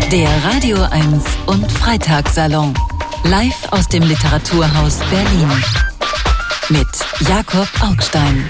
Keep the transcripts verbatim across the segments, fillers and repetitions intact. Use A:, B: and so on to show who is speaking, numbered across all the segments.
A: Der Radio eins und Freitagssalon. Live aus dem Literaturhaus Berlin. Mit Jakob Augstein.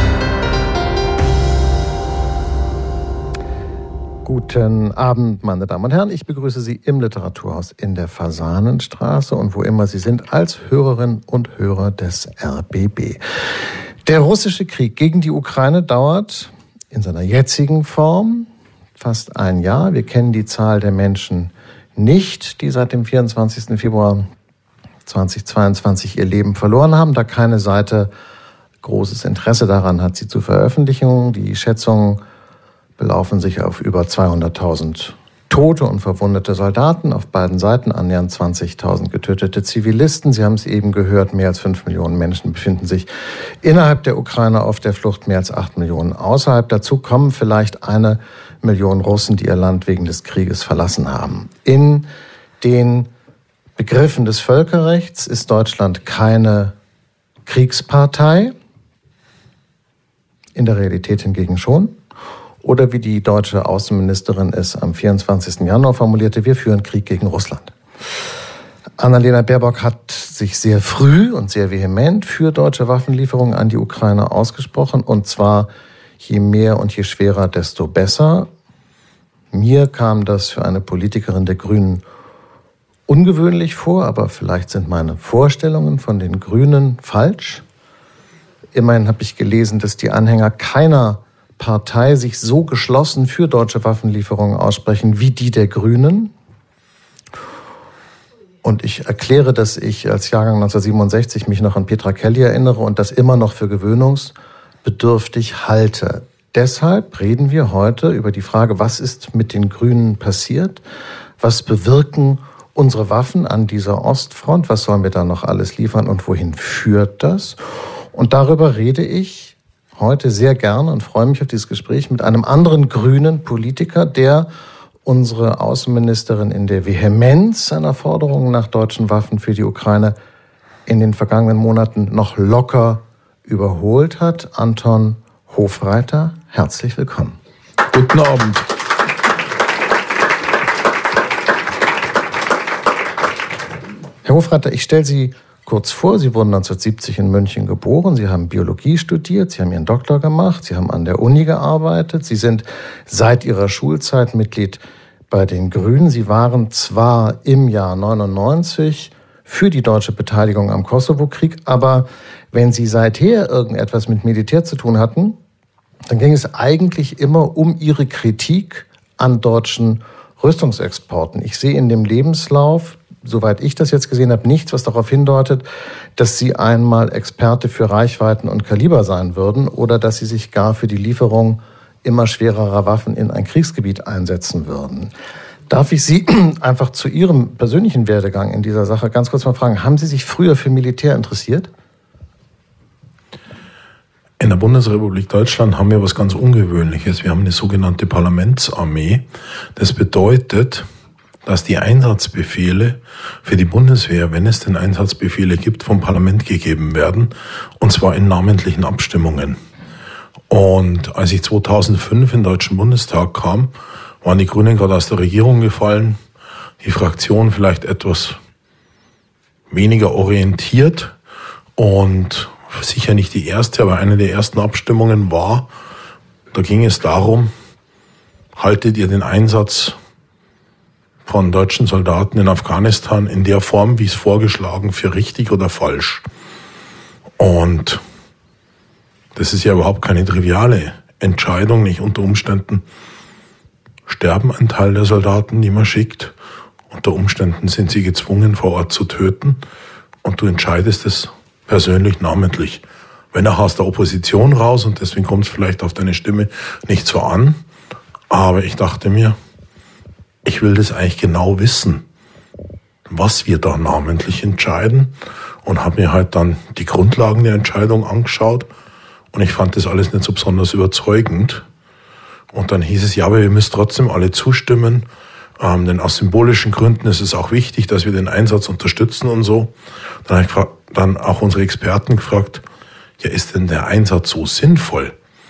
B: Guten Abend, meine Damen und Herren. Ich begrüße Sie im Literaturhaus in der Fasanenstraße und wo immer Sie sind, als Hörerinnen und Hörer des R B B. Der russische Krieg gegen die Ukraine dauert in seiner jetzigen Form fast ein Jahr. Wir kennen die Zahl der Menschen nicht, die seit dem vierundzwanzigsten Februar zweitausendzweiundzwanzig ihr Leben verloren haben, da keine Seite großes Interesse daran hat, sie zu veröffentlichen. Die Schätzungen belaufen sich auf über zweihunderttausend tote und verwundete Soldaten auf beiden Seiten, annähernd zwanzigtausend getötete Zivilisten. Sie haben es eben gehört, mehr als fünf Millionen Menschen befinden sich innerhalb der Ukraine auf der Flucht, mehr als acht Millionen außerhalb. Dazu kommen vielleicht eine Million Russen, die ihr Land wegen des Krieges verlassen haben. In den Begriffen des Völkerrechts ist Deutschland keine Kriegspartei, in der Realität hingegen schon. Oder wie die deutsche Außenministerin es am vierundzwanzigsten Januar formulierte, wir führen Krieg gegen Russland. Annalena Baerbock hat sich sehr früh und sehr vehement für deutsche Waffenlieferungen an die Ukraine ausgesprochen. Und zwar je mehr und je schwerer, desto besser. Mir kam das für eine Politikerin der Grünen ungewöhnlich vor, aber vielleicht sind meine Vorstellungen von den Grünen falsch. Immerhin habe ich gelesen, dass die Anhänger keiner Partei sich so geschlossen für deutsche Waffenlieferungen aussprechen wie die der Grünen. Und ich erkläre, dass ich als Jahrgang neunzehnhundertsiebenundsechzig mich noch an Petra Kelly erinnere und das immer noch für gewöhnungsbedürftig halte. Deshalb reden wir heute über die Frage, was ist mit den Grünen passiert? Was bewirken unsere Waffen an dieser Ostfront? Was sollen wir da noch alles liefern und wohin führt das? Und darüber rede ich heute sehr gerne und freue mich auf dieses Gespräch mit einem anderen grünen Politiker, der unsere Außenministerin in der Vehemenz seiner Forderungen nach deutschen Waffen für die Ukraine in den vergangenen Monaten noch locker überholt hat. Anton Hofreiter, herzlich willkommen.
C: Guten Abend.
B: Herr Hofreiter, ich stelle Sie kurz vor, Sie wurden neunzehnhundertsiebzig in München geboren, Sie haben Biologie studiert, Sie haben Ihren Doktor gemacht, Sie haben an der Uni gearbeitet, Sie sind seit Ihrer Schulzeit Mitglied bei den Grünen. Sie waren zwar im Jahr neunundneunzig für die deutsche Beteiligung am Kosovo-Krieg, aber wenn Sie seither irgendetwas mit Militär zu tun hatten, dann ging es eigentlich immer um Ihre Kritik an deutschen Rüstungsexporten. Ich sehe in dem Lebenslauf, soweit ich das jetzt gesehen habe, nichts, was darauf hindeutet, dass Sie einmal Experte für Reichweiten und Kaliber sein würden oder dass Sie sich gar für die Lieferung immer schwererer Waffen in ein Kriegsgebiet einsetzen würden. Darf ich Sie einfach zu Ihrem persönlichen Werdegang in dieser Sache ganz kurz mal fragen, haben Sie sich früher für Militär interessiert?
C: In der Bundesrepublik Deutschland haben wir was ganz Ungewöhnliches. Wir haben eine sogenannte Parlamentsarmee. Das bedeutet, dass die Einsatzbefehle für die Bundeswehr, wenn es denn Einsatzbefehle gibt, vom Parlament gegeben werden, und zwar in namentlichen Abstimmungen. Und als ich zweitausendfünf in den Deutschen Bundestag kam, waren die Grünen gerade aus der Regierung gefallen, die Fraktion vielleicht etwas weniger orientiert und sicher nicht die erste, aber eine der ersten Abstimmungen war, da ging es darum, haltet ihr den Einsatz von deutschen Soldaten in Afghanistan in der Form, wie es vorgeschlagen, für richtig oder falsch? Und das ist ja überhaupt keine triviale Entscheidung, nicht unter Umständen sterben ein Teil der Soldaten, die man schickt. Unter Umständen sind sie gezwungen, vor Ort zu töten und du entscheidest es persönlich namentlich. Wenn er aus der Opposition raus und deswegen kommt es vielleicht auf deine Stimme nicht so an, aber ich dachte mir, ich will das eigentlich genau wissen, was wir da namentlich entscheiden und habe mir halt dann die Grundlagen der Entscheidung angeschaut und ich fand das alles nicht so besonders überzeugend. Und dann hieß es, ja, aber wir müssen trotzdem alle zustimmen, ähm, denn aus symbolischen Gründen ist es auch wichtig, dass wir den Einsatz unterstützen und so. Dann habe ich gefragt, dann auch unsere Experten gefragt, ja, ist denn der Einsatz so sinnvoll?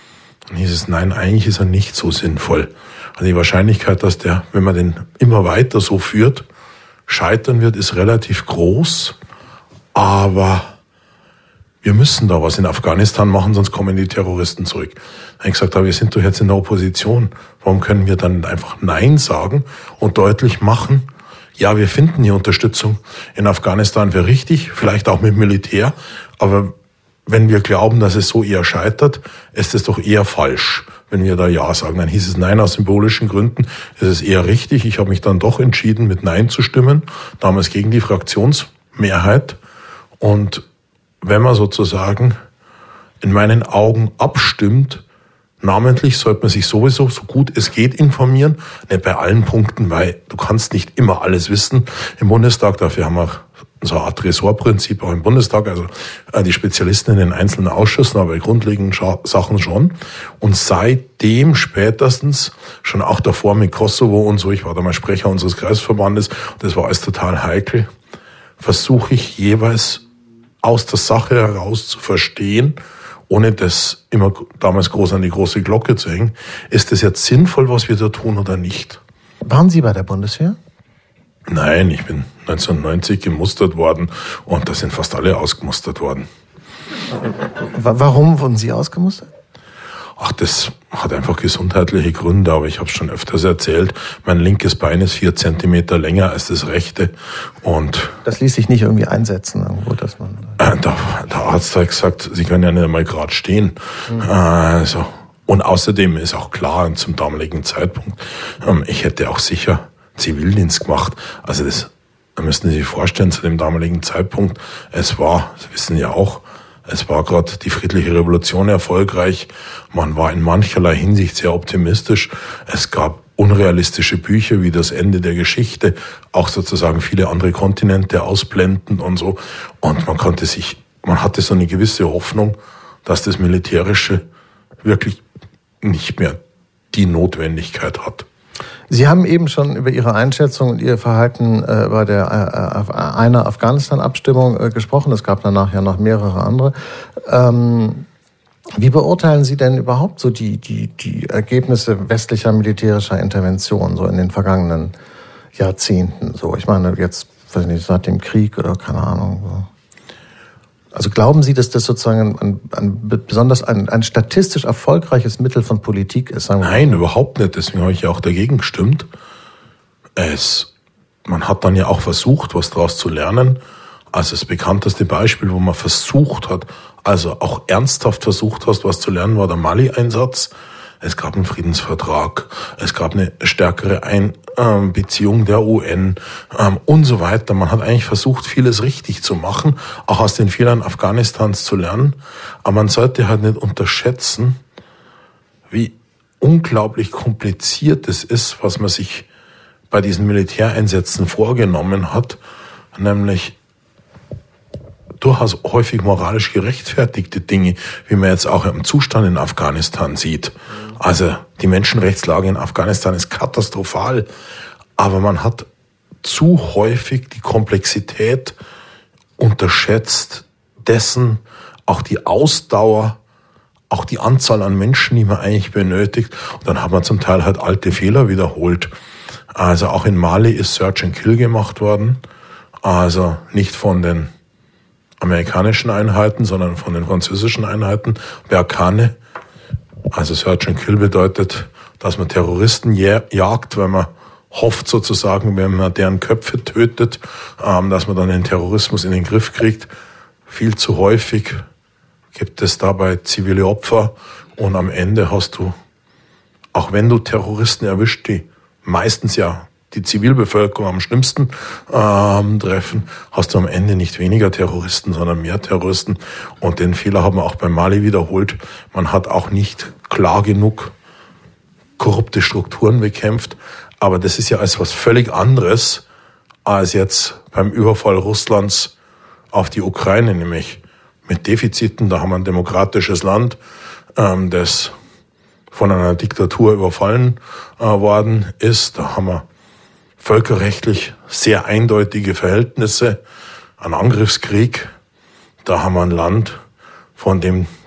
C: Dann hieß es, nein, eigentlich ist er nicht so sinnvoll. Also die Wahrscheinlichkeit, dass der, wenn man den immer weiter so führt, scheitern wird, ist relativ groß. Aber wir müssen da was in Afghanistan machen, sonst kommen die Terroristen zurück. Dann habe ich gesagt, aber wir sind doch jetzt in der Opposition. Warum können wir dann einfach Nein sagen und deutlich machen, ja, wir finden die Unterstützung in Afghanistan für richtig, vielleicht auch mit Militär, aber wenn wir glauben, dass es so eher scheitert, ist es doch eher falsch, wenn wir da Ja sagen. Dann hieß es Nein aus symbolischen Gründen, ist es eher richtig. Ich habe mich dann doch entschieden, mit Nein zu stimmen, damals gegen die Fraktionsmehrheit. Und wenn man sozusagen in meinen Augen abstimmt, namentlich sollte man sich sowieso so gut es geht informieren, nicht bei allen Punkten, weil du kannst nicht immer alles wissen im Bundestag. Dafür haben wir so eine Art Ressortprinzip auch im Bundestag, also die Spezialisten in den einzelnen Ausschüssen, aber bei grundlegenden Sachen schon. Und seitdem spätestens, schon auch davor mit Kosovo und so, ich war damals Sprecher unseres Kreisverbandes, das war alles total heikel, versuche ich jeweils aus der Sache heraus zu verstehen, ohne das immer damals groß an die große Glocke zu hängen, ist das jetzt sinnvoll, was wir da tun oder nicht?
B: Waren Sie bei der Bundeswehr?
C: Nein, ich bin neunzehnhundertneunzig gemustert worden und da sind fast alle ausgemustert worden.
B: Warum wurden Sie ausgemustert?
C: Ach, das hat einfach gesundheitliche Gründe, aber ich habe es schon öfters erzählt. Mein linkes Bein ist vier Zentimeter länger als das rechte und
B: das ließ sich nicht irgendwie einsetzen irgendwo, dass man.
C: Äh, der, der Arzt hat gesagt, Sie können ja nicht einmal gerade stehen. Mhm. Also und außerdem ist auch klar zum damaligen Zeitpunkt, ähm, ich hätte auch sicher Zivildienst gemacht. Also das, da müssten Sie sich vorstellen, zu dem damaligen Zeitpunkt, es war, Sie wissen ja auch, es war gerade die friedliche Revolution erfolgreich. Man war in mancherlei Hinsicht sehr optimistisch. Es gab unrealistische Bücher wie das Ende der Geschichte, auch sozusagen viele andere Kontinente ausblenden und so. Und man konnte sich, man hatte so eine gewisse Hoffnung, dass das Militärische wirklich nicht mehr die Notwendigkeit hat.
B: Sie haben eben schon über Ihre Einschätzung und Ihr Verhalten äh, bei der äh, einer Afghanistan-Abstimmung äh, gesprochen. Es gab danach ja noch mehrere andere. Ähm, wie beurteilen Sie denn überhaupt so die, die, die Ergebnisse westlicher militärischer Intervention so in den vergangenen Jahrzehnten? So, ich meine, jetzt, weiß ich nicht, seit dem Krieg oder keine Ahnung. So. Also glauben Sie, dass das sozusagen ein, ein besonders ein, ein statistisch erfolgreiches Mittel von Politik ist? Sagen wir
C: Nein, mal. Überhaupt nicht. Deswegen habe ich ja auch dagegen gestimmt. Es, man hat dann ja auch versucht, was daraus zu lernen. Also das bekannteste Beispiel, wo man versucht hat, also auch ernsthaft versucht hat, was zu lernen, war der Mali-Einsatz. Es gab einen Friedensvertrag, es gab eine stärkere Einbeziehung der U N ähm, und so weiter. Man hat eigentlich versucht, vieles richtig zu machen, auch aus den Fehlern Afghanistans zu lernen. Aber man sollte halt nicht unterschätzen, wie unglaublich kompliziert es ist, was man sich bei diesen Militäreinsätzen vorgenommen hat, nämlich durchaus häufig moralisch gerechtfertigte Dinge, wie man jetzt auch im Zustand in Afghanistan sieht. Also die Menschenrechtslage in Afghanistan ist katastrophal, aber man hat zu häufig die Komplexität unterschätzt dessen, auch die Ausdauer, auch die Anzahl an Menschen, die man eigentlich benötigt. Und dann hat man zum Teil halt alte Fehler wiederholt. Also auch in Mali ist Search and Kill gemacht worden, also nicht von den amerikanischen Einheiten, sondern von den französischen Einheiten, Berkane. Also Search and Kill bedeutet, dass man Terroristen jagt, wenn man hofft sozusagen, wenn man deren Köpfe tötet, dass man dann den Terrorismus in den Griff kriegt. Viel zu häufig gibt es dabei zivile Opfer und am Ende hast du, auch wenn du Terroristen erwischt, die meistens ja die Zivilbevölkerung am schlimmsten ähm, treffen, hast du am Ende nicht weniger Terroristen, sondern mehr Terroristen. Und den Fehler haben wir auch bei Mali wiederholt. Man hat auch nicht klar genug korrupte Strukturen bekämpft. Aber das ist ja alles was völlig anderes als jetzt beim Überfall Russlands auf die Ukraine, nämlich mit Defiziten. Da haben wir ein demokratisches Land, ähm, das von einer Diktatur überfallen äh, worden ist. Da haben wir völkerrechtlich sehr eindeutige Verhältnisse, ein Angriffskrieg. Da haben wir ein Land, von dem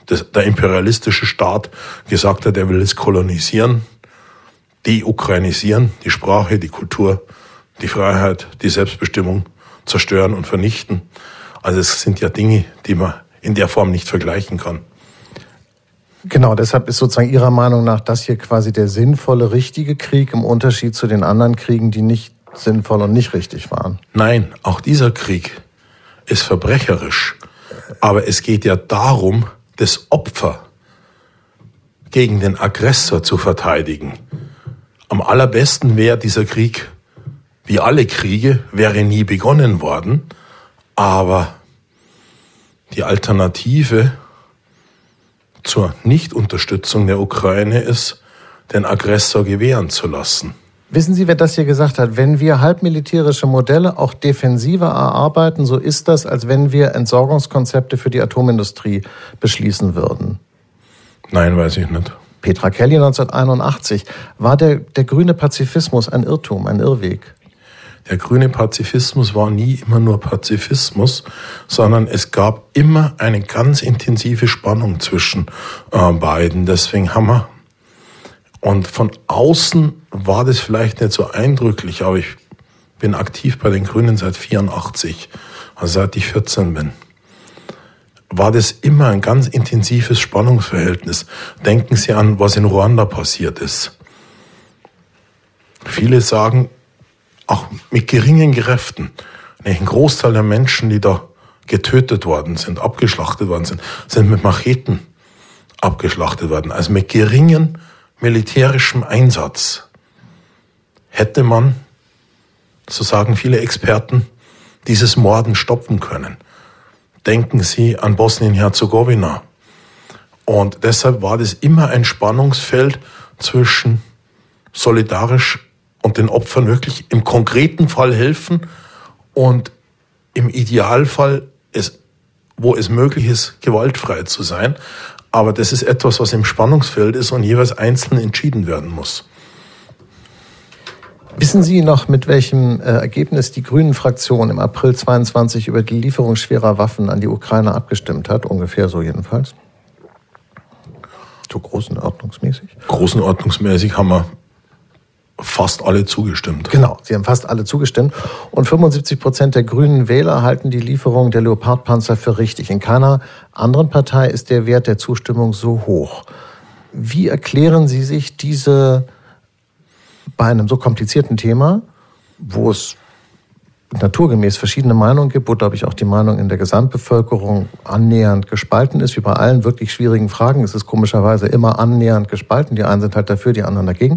C: das, der imperialistische Staat gesagt hat, er will es kolonisieren, deukrainisieren, die Sprache, die Kultur, die Freiheit, die Selbstbestimmung zerstören und vernichten. Also es sind ja Dinge, die man in der Form nicht vergleichen kann.
B: Genau, deshalb ist sozusagen Ihrer Meinung nach das hier quasi der sinnvolle, richtige Krieg im Unterschied zu den anderen Kriegen, die nicht sinnvoll und nicht richtig waren.
C: Nein, auch dieser Krieg ist verbrecherisch. Aber es geht ja darum, das Opfer gegen den Aggressor zu verteidigen. Am allerbesten wäre dieser Krieg, wie alle Kriege, wäre nie begonnen worden. Aber die Alternative zur Nichtunterstützung der Ukraine ist, den Aggressor gewähren zu lassen.
B: Wissen Sie, wer das hier gesagt hat? Wenn wir halbmilitärische Modelle auch defensiver erarbeiten, so ist das, als wenn wir Entsorgungskonzepte für die Atomindustrie beschließen würden.
C: Nein, weiß ich nicht.
B: Petra Kelly neunzehnhunderteinundachtzig. War der, der grüne Pazifismus ein Irrtum, ein Irrweg?
C: Der grüne Pazifismus war nie immer nur Pazifismus, sondern es gab immer eine ganz intensive Spannung zwischen äh, beiden. Deswegen haben wir, und von außen war das vielleicht nicht so eindrücklich, aber ich bin aktiv bei den Grünen seit vierundachtzig, also seit ich vierzehn bin. War das immer ein ganz intensives Spannungsverhältnis. Denken Sie an, was in Ruanda passiert ist. Viele sagen, auch mit geringen Kräften, ein Großteil der Menschen, die da getötet worden sind, abgeschlachtet worden sind, sind mit Macheten abgeschlachtet worden. Also mit geringem militärischem Einsatz hätte man, so sagen viele Experten, dieses Morden stoppen können. Denken Sie an Bosnien-Herzegowina. Und deshalb war das immer ein Spannungsfeld zwischen solidarisch und den Opfern wirklich im konkreten Fall helfen und im Idealfall, es, wo es möglich ist, gewaltfrei zu sein. Aber das ist etwas, was im Spannungsfeld ist und jeweils einzeln entschieden werden muss.
B: Wissen Sie noch, mit welchem äh, Ergebnis die Grünen-Fraktion im April zweiundzwanzig über die Lieferung schwerer Waffen an die Ukraine abgestimmt hat? Ungefähr so jedenfalls. So großenordnungsmäßig?
C: Großenordnungsmäßig haben wir fast alle zugestimmt.
B: Genau, sie haben fast alle zugestimmt. Und fünfundsiebzig Prozent der grünen Wähler halten die Lieferung der Leopard-Panzer für richtig. In keiner anderen Partei ist der Wert der Zustimmung so hoch. Wie erklären Sie sich diese, bei einem so komplizierten Thema, wo es naturgemäß verschiedene Meinungen gibt, wo, glaube ich, auch die Meinung in der Gesamtbevölkerung annähernd gespalten ist, wie bei allen wirklich schwierigen Fragen. Es ist komischerweise immer annähernd gespalten. Die einen sind halt dafür, die anderen dagegen,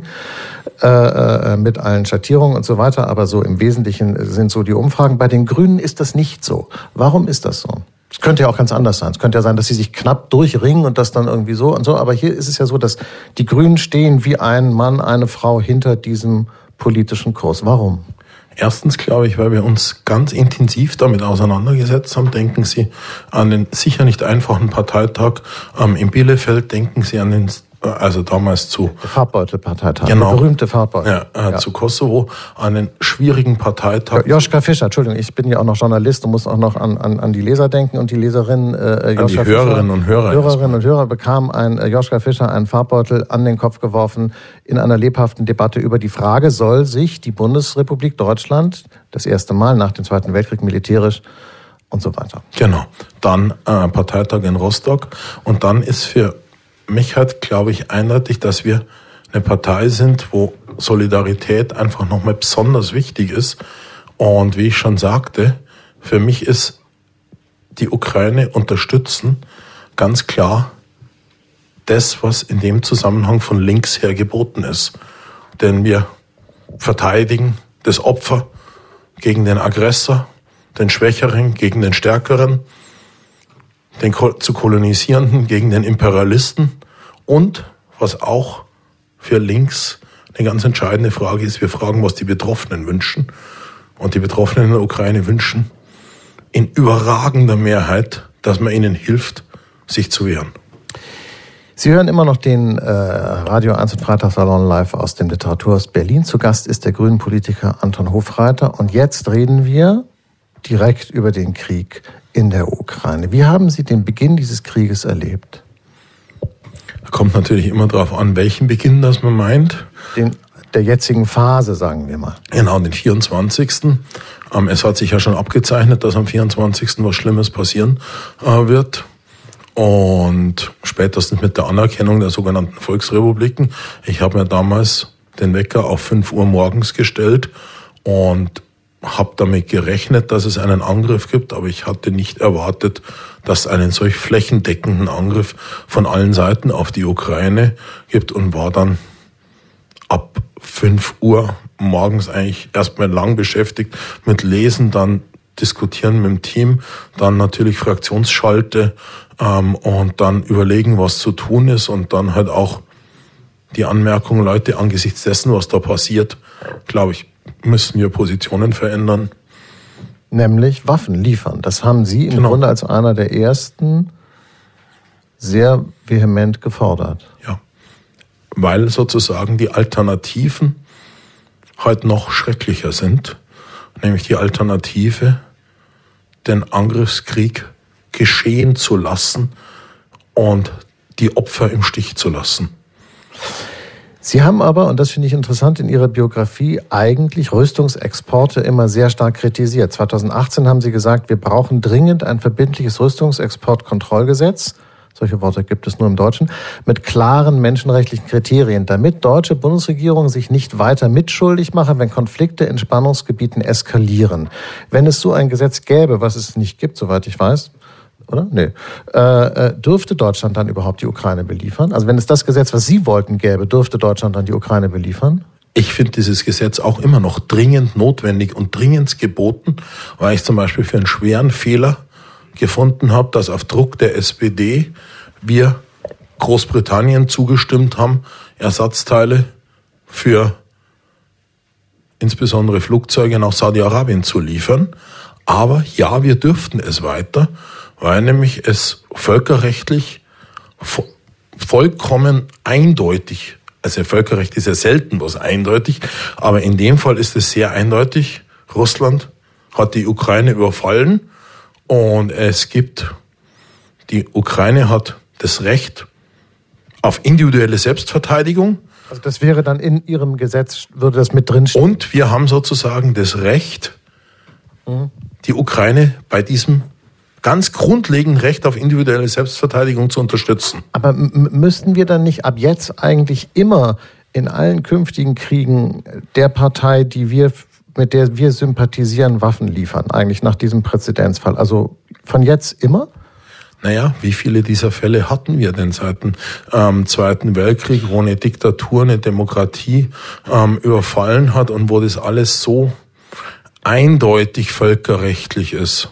B: äh, mit allen Schattierungen und so weiter. Aber so im Wesentlichen sind so die Umfragen. Bei den Grünen ist das nicht so. Warum ist das so? Es könnte ja auch ganz anders sein. Es könnte ja sein, dass sie sich knapp durchringen und das dann irgendwie so und so. Aber hier ist es ja so, dass die Grünen stehen wie ein Mann, eine Frau hinter diesem politischen Kurs. Warum?
C: Erstens glaube ich, weil wir uns ganz intensiv damit auseinandergesetzt haben. Denken Sie an den sicher nicht einfachen Parteitag ähm, in Bielefeld. Denken Sie an den, also damals zu...
B: Der Farbbeutel-Parteitag,
C: genau,
B: der berühmte Farbbeutel.
C: Ja, äh, ja, zu Kosovo, an den schwierigen Parteitag.
B: Joschka Fischer, Entschuldigung, ich bin ja auch noch Journalist und muss auch noch an, an, an die Leser denken und die Leserinnen. Äh,
C: Joschka an die Hörerinnen und Hörer.
B: Hörerinnen und Hörer bekamen ein, äh, Joschka Fischer einen Farbbeutel an den Kopf geworfen in einer lebhaften Debatte über die Frage, soll sich die Bundesrepublik Deutschland das erste Mal nach dem Zweiten Weltkrieg militärisch und so weiter.
C: Genau. Dann äh, Parteitag in Rostock und dann ist für mich halt, glaube ich, eindeutig, dass wir eine Partei sind, wo Solidarität einfach nochmal besonders wichtig ist. Und wie ich schon sagte, für mich ist die Ukraine unterstützen ganz klar das, was in dem Zusammenhang von links her geboten ist. Denn wir verteidigen das Opfer gegen den Aggressor, den Schwächeren gegen den Stärkeren, den zu Kolonisierenden gegen den Imperialisten und, was auch für links eine ganz entscheidende Frage ist, wir fragen, was die Betroffenen wünschen. Und die Betroffenen in der Ukraine wünschen in überragender Mehrheit, dass man ihnen hilft, sich zu wehren.
B: Sie hören immer noch den äh, Radio eins und Freitagssalon live aus dem Literaturhaus Berlin. Zu Gast ist der Grünen-Politiker Anton Hofreiter. Und jetzt reden wir direkt über den Krieg in der Ukraine. Wie haben Sie den Beginn dieses Krieges erlebt?
C: Kommt natürlich immer darauf an, welchen Beginn das man meint.
B: Den, der jetzigen Phase, sagen wir mal.
C: Genau, den vierundzwanzigsten Ähm, es hat sich ja schon abgezeichnet, dass am vierundzwanzigsten was Schlimmes passieren äh, wird. Und spätestens mit der Anerkennung der sogenannten Volksrepubliken. Ich habe mir damals den Wecker auf fünf Uhr morgens gestellt und habe damit gerechnet, dass es einen Angriff gibt, aber ich hatte nicht erwartet, dass es einen solch flächendeckenden Angriff von allen Seiten auf die Ukraine gibt und war dann ab fünf Uhr morgens eigentlich erstmal lang beschäftigt mit Lesen, dann diskutieren mit dem Team, dann natürlich Fraktionsschalte ähm, und dann überlegen, was zu tun ist und dann halt auch die Anmerkung, Leute, angesichts dessen, was da passiert, glaube ich, müssen wir Positionen verändern.
B: Nämlich Waffen liefern. Das haben Sie im
C: Genau.
B: Grunde als einer der ersten sehr vehement gefordert.
C: Ja, weil sozusagen die Alternativen halt noch schrecklicher sind. Nämlich die Alternative, den Angriffskrieg geschehen zu lassen und die Opfer im Stich zu lassen.
B: Sie haben aber, und das finde ich interessant, in Ihrer Biografie eigentlich Rüstungsexporte immer sehr stark kritisiert. zweitausendachtzehn haben Sie gesagt, wir brauchen dringend ein verbindliches Rüstungsexportkontrollgesetz. Solche Worte gibt es nur im Deutschen, mit klaren menschenrechtlichen Kriterien, damit deutsche Bundesregierungen sich nicht weiter mitschuldig machen, wenn Konflikte in Spannungsgebieten eskalieren. Wenn es so ein Gesetz gäbe, was es nicht gibt, soweit ich weiß, oder? Nee. Äh, dürfte Deutschland dann überhaupt die Ukraine beliefern? Also wenn es das Gesetz, was Sie wollten, gäbe, dürfte Deutschland dann die Ukraine beliefern?
C: Ich finde dieses Gesetz auch immer noch dringend notwendig und dringend geboten, weil ich zum Beispiel für einen schweren Fehler gefunden habe, dass auf Druck der S P D wir Großbritannien zugestimmt haben, Ersatzteile für insbesondere Flugzeuge nach Saudi-Arabien zu liefern. Aber ja, wir dürften es weiter, weil nämlich es völkerrechtlich vo- vollkommen eindeutig, also Völkerrecht ist ja selten was eindeutig, aber in dem Fall ist es sehr eindeutig. Russland hat die Ukraine überfallen und es gibt, die Ukraine hat das Recht auf individuelle Selbstverteidigung.
B: Also das wäre dann in Ihrem Gesetz, würde das mit drinstehen?
C: Und wir haben sozusagen das Recht, mhm. die Ukraine bei diesem ganz grundlegenden Recht auf individuelle Selbstverteidigung zu unterstützen.
B: Aber m- müssten wir dann nicht ab jetzt eigentlich immer in allen künftigen Kriegen der Partei, die wir, mit der wir sympathisieren, Waffen liefern, eigentlich nach diesem Präzedenzfall? Also von jetzt immer?
C: Naja, wie viele dieser Fälle hatten wir denn seit dem ähm, Zweiten Weltkrieg, wo eine Diktatur eine Demokratie ähm, überfallen hat und wo das alles so eindeutig völkerrechtlich ist?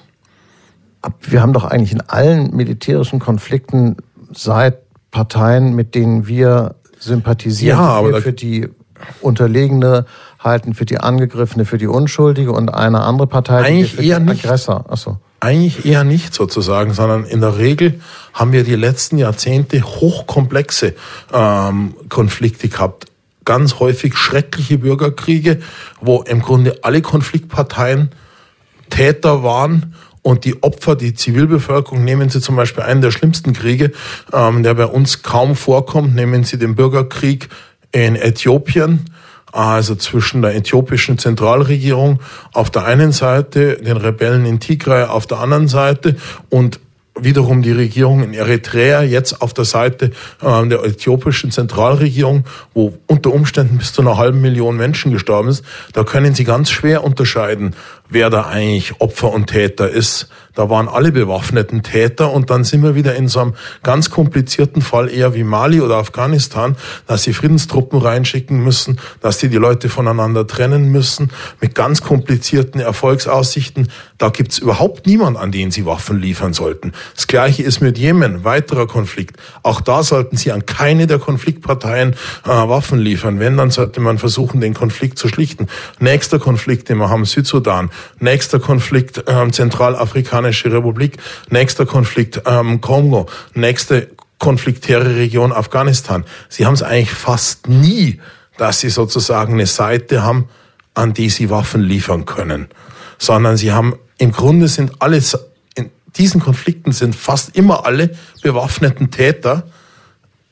B: Wir haben doch eigentlich in allen militärischen Konflikten seit Parteien, mit denen wir sympathisieren,
C: ja, aber
B: wir für die Unterlegene halten, für die Angegriffene, für die Unschuldige und eine andere Partei,
C: eigentlich
B: die für
C: eher
B: den
C: nicht.
B: Aggressor. Ach so.
C: Eigentlich eher nicht sozusagen, sondern in der Regel haben wir die letzten Jahrzehnte hochkomplexe ähm, Konflikte gehabt. Ganz häufig schreckliche Bürgerkriege, wo im Grunde alle Konfliktparteien Täter waren und die Opfer, die Zivilbevölkerung, nehmen Sie zum Beispiel einen der schlimmsten Kriege, ähm, der bei uns kaum vorkommt, nehmen Sie den Bürgerkrieg in Äthiopien, also zwischen der äthiopischen Zentralregierung auf der einen Seite, den Rebellen in Tigray auf der anderen Seite und wiederum die Regierung in Eritrea jetzt auf der Seite äh, der äthiopischen Zentralregierung, wo unter Umständen bis zu einer halben Million Menschen gestorben ist. Da können Sie ganz schwer unterscheiden, wer da eigentlich Opfer und Täter ist. Da waren alle bewaffneten Täter und dann sind wir wieder in so einem ganz komplizierten Fall eher wie Mali oder Afghanistan, dass sie Friedenstruppen reinschicken müssen, dass sie die Leute voneinander trennen müssen, mit ganz komplizierten Erfolgsaussichten. Da gibt's überhaupt niemanden, an den sie Waffen liefern sollten. Das Gleiche ist mit Jemen, weiterer Konflikt. Auch da sollten sie an keine der Konfliktparteien äh, Waffen liefern. Wenn, dann sollte man versuchen, den Konflikt zu schlichten. Nächster Konflikt, den wir haben, Südsudan. Nächster Konflikt, ähm, Zentralafrikanische Republik. Nächster Konflikt, ähm, Kongo. Nächste konfliktäre Region, Afghanistan. Sie haben es eigentlich fast nie, dass sie sozusagen eine Seite haben, an die sie Waffen liefern können. Sondern sie haben, im Grunde sind alles, in diesen Konflikten sind fast immer alle bewaffneten Täter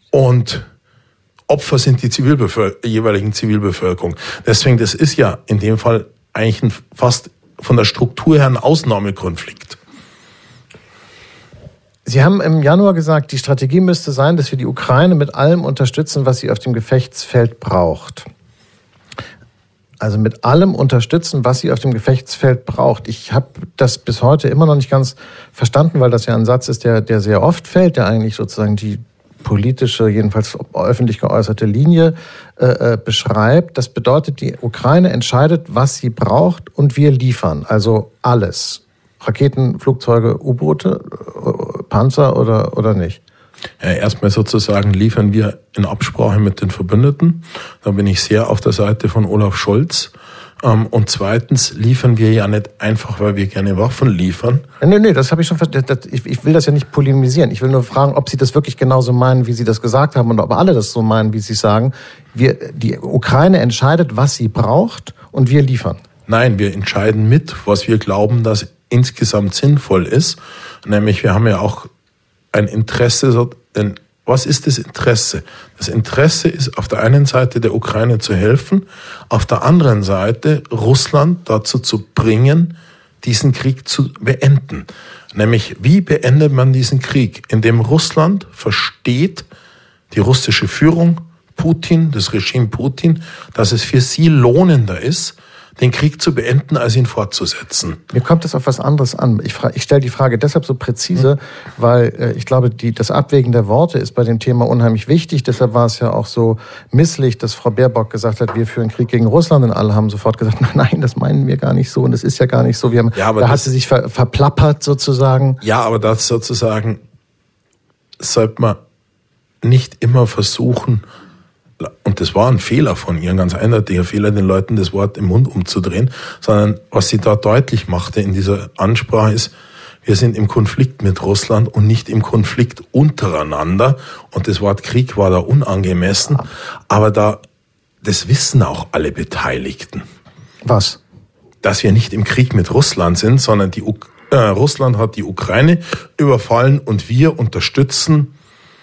C: und Opfer sind die Zivilbevölker- jeweiligen Zivilbevölkerung. Deswegen, das ist ja in dem Fall eigentlich ein, fast von der Struktur her ein Ausnahmekonflikt.
B: Sie haben im Januar gesagt, die Strategie müsste sein, dass wir die Ukraine mit allem unterstützen, was sie auf dem Gefechtsfeld braucht. Also mit allem unterstützen, was sie auf dem Gefechtsfeld braucht. Ich habe das bis heute immer noch nicht ganz verstanden, weil das ja ein Satz ist, der, der sehr oft fällt, der eigentlich sozusagen die politische, jedenfalls öffentlich geäußerte Linie äh, beschreibt. Das bedeutet, die Ukraine entscheidet, was sie braucht und wir liefern. Also alles. Raketen, Flugzeuge, U-Boote, Panzer oder, oder nicht?
C: Ja, erstmal sozusagen liefern wir in Absprache mit den Verbündeten. Da bin ich sehr auf der Seite von Olaf Scholz. Und zweitens liefern wir ja nicht einfach, weil wir gerne Waffen liefern.
B: Nee, nee, das habe ich schon verstanden. Ich will das ja nicht polemisieren. Ich will nur fragen, ob Sie das wirklich genauso meinen, wie Sie das gesagt haben und ob alle das so meinen, wie Sie sagen. Wir, die Ukraine entscheidet, was sie braucht und wir liefern.
C: Nein, wir entscheiden mit, was wir glauben, dass insgesamt sinnvoll ist. Nämlich, wir haben ja auch ein Interesse, ein Was ist das Interesse? Das Interesse ist auf der einen Seite der Ukraine zu helfen, auf der anderen Seite Russland dazu zu bringen, diesen Krieg zu beenden. Nämlich, wie beendet man diesen Krieg? Indem Russland versteht, die russische Führung, Putin, das Regime Putin, dass es für sie lohnender ist, den Krieg zu beenden, als ihn fortzusetzen.
B: Mir kommt es auf was anderes an. Ich, ich stelle die Frage deshalb so präzise, mhm. weil äh, ich glaube, die, das Abwägen der Worte ist bei dem Thema unheimlich wichtig. Deshalb war es ja auch so misslich, dass Frau Baerbock gesagt hat, wir führen Krieg gegen Russland. Und alle haben sofort gesagt, nein, nein, das meinen wir gar nicht so. Und es ist ja gar nicht so. Wir haben, ja, da hat sie sich ver, verplappert sozusagen.
C: Ja, aber das sozusagen sollte man nicht immer versuchen, und das war ein Fehler von ihr, ein ganz eindeutiger Fehler, den Leuten das Wort im Mund umzudrehen, sondern was sie da deutlich machte in dieser Ansprache ist, wir sind im Konflikt mit Russland und nicht im Konflikt untereinander. Und das Wort Krieg war da unangemessen, aber da, das wissen auch alle Beteiligten.
B: Was?
C: Dass wir nicht im Krieg mit Russland sind, sondern die Uk- äh, Russland hat die Ukraine überfallen und wir unterstützen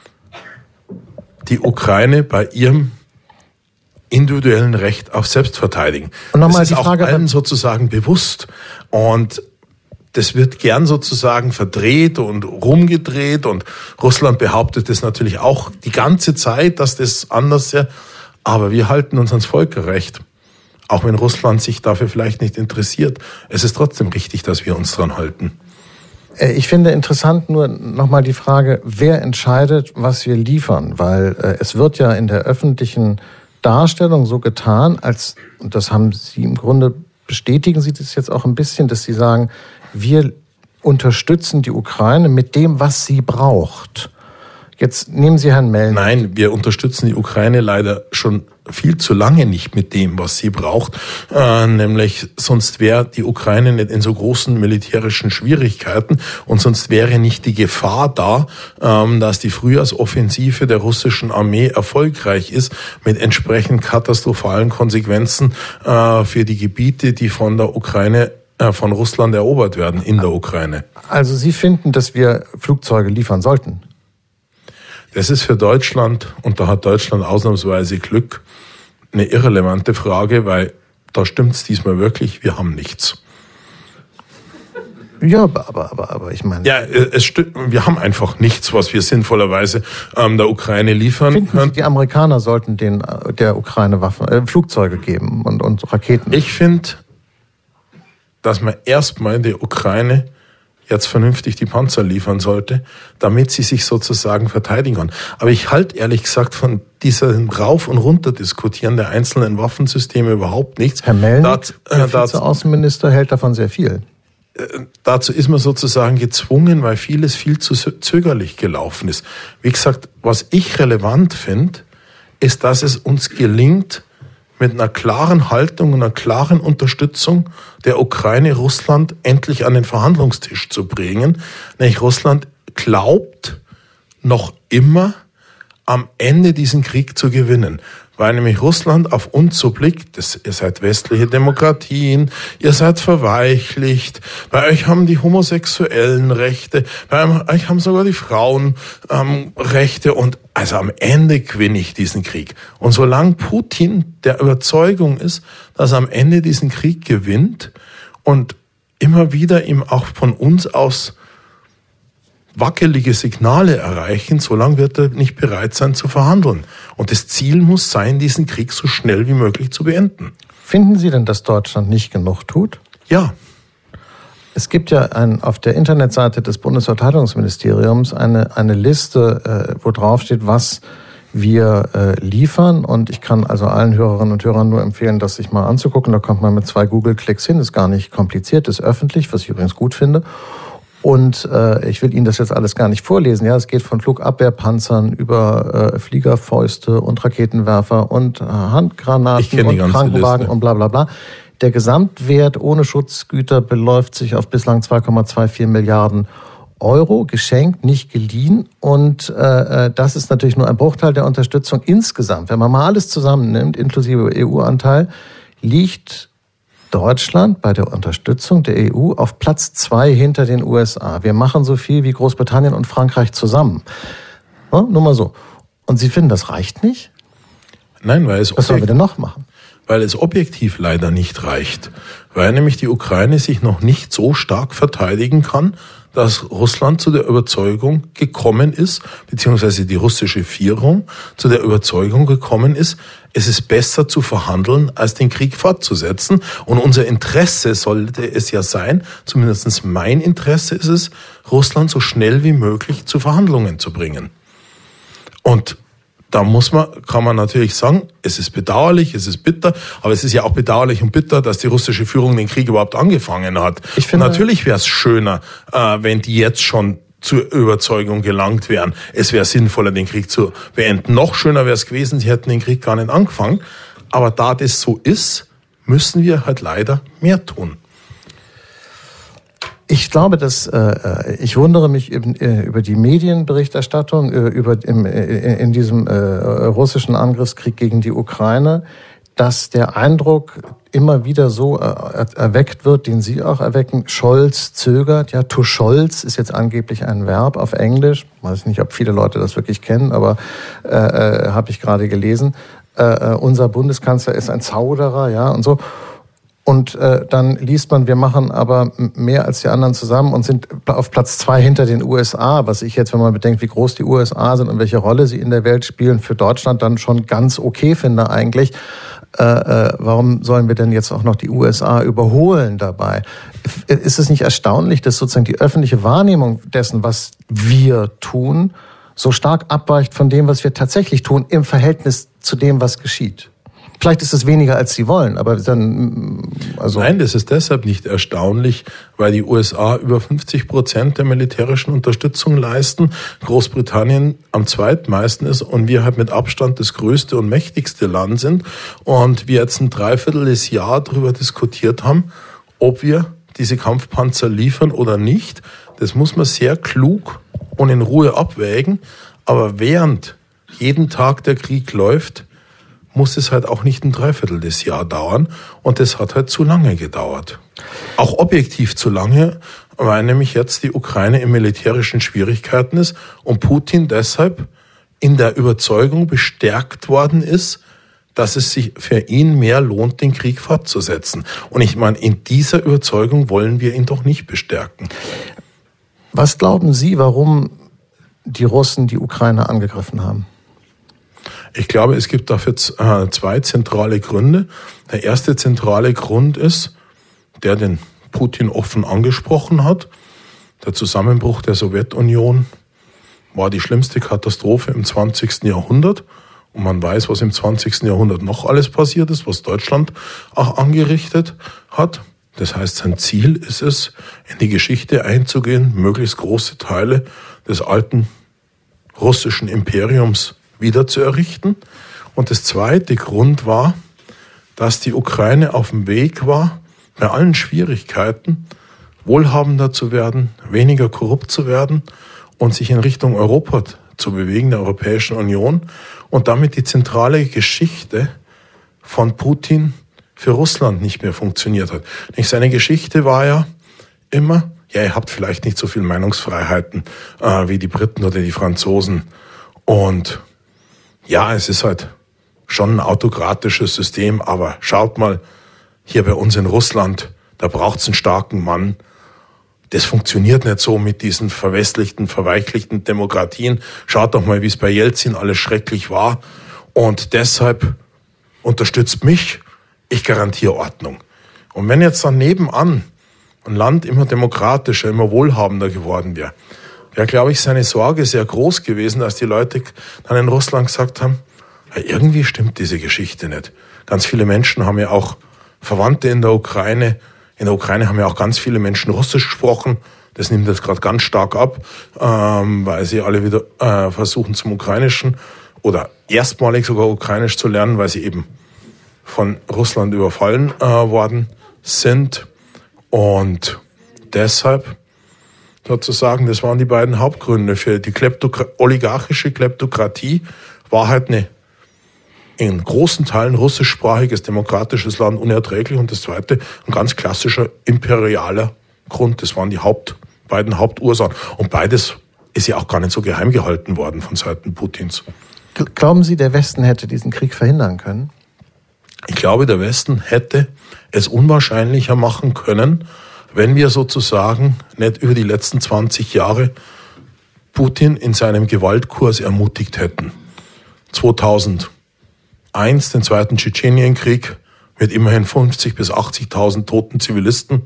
C: die Ukraine bei ihrem individuellen Recht auf Selbstverteidigung.
B: Und nochmal
C: das ist
B: die Frage,
C: auch allen sozusagen bewusst. Und das wird gern sozusagen verdreht und rumgedreht. Und Russland behauptet das natürlich auch die ganze Zeit, dass das anders ist. Aber wir halten uns ans Völkerrecht. Auch wenn Russland sich dafür vielleicht nicht interessiert. Es ist trotzdem richtig, dass wir uns dran halten.
B: Ich finde interessant nur nochmal die Frage, wer entscheidet, was wir liefern? Weil äh, es wird ja in der öffentlichen Darstellung so getan, als, und das haben Sie im Grunde, bestätigen Sie das jetzt auch ein bisschen, dass Sie sagen, wir unterstützen die Ukraine mit dem, was sie braucht. Jetzt nehmen Sie Herrn Mellner.
C: Nein, wir unterstützen die Ukraine leider schon viel zu lange nicht mit dem, was sie braucht. Äh, nämlich sonst wäre die Ukraine nicht in so großen militärischen Schwierigkeiten und sonst wäre nicht die Gefahr da, ähm, dass die Frühjahrsoffensive der russischen Armee erfolgreich ist mit entsprechend katastrophalen Konsequenzen äh, für die Gebiete, die von der Ukraine äh, von Russland erobert werden in der Ukraine.
B: Also Sie finden, dass wir Flugzeuge liefern sollten?
C: Das ist für Deutschland, und da hat Deutschland ausnahmsweise Glück, eine irrelevante Frage, weil da stimmt es diesmal wirklich, wir haben nichts.
B: Ja, aber, aber, aber, aber ich meine...
C: Ja, es stimmt, wir haben einfach nichts, was wir sinnvollerweise ähm, der Ukraine liefern
B: Finden
C: können.
B: Sie, die Amerikaner sollten den, der Ukraine Waffen, äh, Flugzeuge geben und, und Raketen?
C: Ich finde, dass man erstmal der Ukraine jetzt vernünftig die Panzer liefern sollte, damit sie sich sozusagen verteidigen kann. Aber ich halte ehrlich gesagt von diesem Rauf- und Runter-Diskutieren der einzelnen Waffensysteme überhaupt nichts.
B: Herr Mellner,
C: äh,
B: der Vizeaußenminister, hält davon sehr viel.
C: Äh, dazu ist man sozusagen gezwungen, weil vieles viel zu zögerlich gelaufen ist. Wie gesagt, was ich relevant finde, ist, dass es uns gelingt, mit einer klaren Haltung und einer klaren Unterstützung der Ukraine Russland endlich an den Verhandlungstisch zu bringen. Nämlich Russland glaubt noch immer, am Ende diesen Krieg zu gewinnen. weil nämlich Russland auf uns so blickt, das, ihr seid westliche Demokratien, ihr seid verweichlicht, bei euch haben die homosexuellen Rechte, bei euch haben sogar die Frauen ähm, Rechte und also am Ende gewinne ich diesen Krieg. Und solange Putin der Überzeugung ist, dass er am Ende diesen Krieg gewinnt und immer wieder ihm auch von uns aus wackelige Signale erreichen, solange wird er nicht bereit sein zu verhandeln. Und das Ziel muss sein, diesen Krieg so schnell wie möglich zu beenden.
B: Finden Sie denn, dass Deutschland nicht genug tut?
C: Ja.
B: Es gibt ja ein, auf der Internetseite des Bundesverteidigungsministeriums eine, eine Liste, äh, wo drauf steht, was wir äh, liefern. Und ich kann also allen Hörerinnen und Hörern nur empfehlen, das sich mal anzugucken. Da kommt man mit zwei Google-Klicks hin. Ist gar nicht kompliziert, ist öffentlich, was ich übrigens gut finde. Und äh, ich will Ihnen das jetzt alles gar nicht vorlesen. Ja, es geht von Flugabwehrpanzern über äh, Fliegerfäuste und Raketenwerfer und äh, Handgranaten und Krankenwagen Liste. Und bla bla bla. Der Gesamtwert ohne Schutzgüter beläuft sich auf bislang zwei Komma vierundzwanzig Milliarden Euro, geschenkt, nicht geliehen. Und äh, das ist natürlich nur ein Bruchteil der Unterstützung insgesamt. Wenn man mal alles zusammennimmt, inklusive E U-Anteil, liegt Deutschland bei der Unterstützung der E U auf Platz zwei hinter den U S A. Wir machen so viel wie Großbritannien und Frankreich zusammen. Ja, nur mal so. Und Sie finden, das reicht nicht?
C: Nein, weil es...
B: Was sollen wir denn noch machen?
C: Weil es objektiv leider nicht reicht. Weil nämlich die Ukraine sich noch nicht so stark verteidigen kann, dass Russland zu der Überzeugung gekommen ist, beziehungsweise die russische Führung zu der Überzeugung gekommen ist, es ist besser zu verhandeln, als den Krieg fortzusetzen. Und unser Interesse sollte es ja sein, zumindest mein Interesse ist es, Russland so schnell wie möglich zu Verhandlungen zu bringen. Und da muss man, kann man natürlich sagen, es ist bedauerlich, es ist bitter, aber es ist ja auch bedauerlich und bitter, dass die russische Führung den Krieg überhaupt angefangen hat. Ich finde, natürlich wäre es schöner, äh, wenn die jetzt schon zur Überzeugung gelangt wären. Es wäre sinnvoller, den Krieg zu beenden. Noch schöner wäre es gewesen, sie hätten den Krieg gar nicht angefangen. Aber da das so ist, müssen wir halt leider mehr tun.
B: Ich glaube, dass äh, ich wundere mich eben, äh, über die Medienberichterstattung äh, über im, äh, in diesem äh, russischen Angriffskrieg gegen die Ukraine, dass der Eindruck immer wieder so äh, erweckt wird, den Sie auch erwecken. Scholz zögert, ja, to Scholz ist jetzt angeblich ein Verb auf Englisch. Ich weiß nicht, ob viele Leute das wirklich kennen, aber äh, äh, habe ich gerade gelesen. Äh, unser Bundeskanzler ist ein Zauderer, ja, und so. Und äh, dann liest man, wir machen aber mehr als die anderen zusammen und sind auf Platz zwei hinter den U S A, was ich jetzt, wenn man bedenkt, wie groß die U S A sind und welche Rolle sie in der Welt spielen, für Deutschland dann schon ganz okay finde eigentlich. Äh, äh, warum sollen wir denn jetzt auch noch die U S A überholen dabei? Ist es nicht erstaunlich, dass sozusagen die öffentliche Wahrnehmung dessen, was wir tun, so stark abweicht von dem, was wir tatsächlich tun, im Verhältnis zu dem, was geschieht? Vielleicht ist es weniger, als Sie wollen, aber dann... also
C: Nein, das ist deshalb nicht erstaunlich, weil die U S A über fünfzig Prozent der militärischen Unterstützung leisten, Großbritannien am zweitmeisten ist und wir halt mit Abstand das größte und mächtigste Land sind und wir jetzt ein dreiviertel Jahr darüber diskutiert haben, ob wir diese Kampfpanzer liefern oder nicht. Das muss man sehr klug und in Ruhe abwägen, aber während jeden Tag der Krieg läuft, muss es halt auch nicht ein Dreiviertel des Jahr dauern. Und das hat halt zu lange gedauert. Auch objektiv zu lange, weil nämlich jetzt die Ukraine in militärischen Schwierigkeiten ist und Putin deshalb in der Überzeugung bestärkt worden ist, dass es sich für ihn mehr lohnt, den Krieg fortzusetzen. Und ich meine, in dieser Überzeugung wollen wir ihn doch nicht bestärken.
B: Was glauben Sie, warum die Russen die Ukraine angegriffen haben?
C: Ich glaube, es gibt dafür zwei zentrale Gründe. Der erste zentrale Grund ist, der den Putin offen angesprochen hat. Der Zusammenbruch der Sowjetunion war die schlimmste Katastrophe im zwanzigsten Jahrhundert. Und man weiß, was im zwanzigsten Jahrhundert noch alles passiert ist, was Deutschland auch angerichtet hat. Das heißt, sein Ziel ist es, in die Geschichte einzugehen, möglichst große Teile des alten russischen Imperiums wieder zu errichten. Und das zweite Grund war, dass die Ukraine auf dem Weg war, bei allen Schwierigkeiten wohlhabender zu werden, weniger korrupt zu werden und sich in Richtung Europa zu bewegen, der Europäischen Union, und damit die zentrale Geschichte von Putin für Russland nicht mehr funktioniert hat. Seine Geschichte war ja immer, ja, ihr habt vielleicht nicht so viel Meinungsfreiheiten äh, wie die Briten oder die Franzosen. Und ja, es ist halt schon ein autokratisches System, aber schaut mal, hier bei uns in Russland, da braucht es einen starken Mann. Das funktioniert nicht so mit diesen verwestlichten, verweichlichten Demokratien. Schaut doch mal, wie es bei Jelzin alles schrecklich war. Und deshalb unterstützt mich, ich garantiere Ordnung. Und wenn jetzt dann nebenan ein Land immer demokratischer, immer wohlhabender geworden wäre, wäre, glaube ich, seine Sorge sehr groß gewesen, dass die Leute dann in Russland gesagt haben, ja, irgendwie stimmt diese Geschichte nicht. Ganz viele Menschen haben ja auch Verwandte in der Ukraine. In der Ukraine haben ja auch ganz viele Menschen Russisch gesprochen. Das nimmt jetzt gerade ganz stark ab, ähm, weil sie alle wieder äh, versuchen zum Ukrainischen oder erstmalig sogar Ukrainisch zu lernen, weil sie eben von Russland überfallen äh, worden sind. Und deshalb sozusagen, das waren die beiden Hauptgründe für die Kleptokra- oligarchische Kleptokratie, war halt eine in großen Teilen russischsprachiges, demokratisches Land unerträglich, und das zweite, ein ganz klassischer imperialer Grund. Das waren die Haupt, beiden Hauptursachen. Und beides ist ja auch gar nicht so geheim gehalten worden von Seiten Putins.
B: Glauben Sie, der Westen hätte diesen Krieg verhindern können?
C: Ich glaube, der Westen hätte es unwahrscheinlicher machen können, wenn wir sozusagen nicht über die letzten zwanzig Jahre Putin in seinem Gewaltkurs ermutigt hätten. zweitausendeins, den zweiten Tschetschenienkrieg mit immerhin fünfzigtausend bis achtzigtausend toten Zivilisten.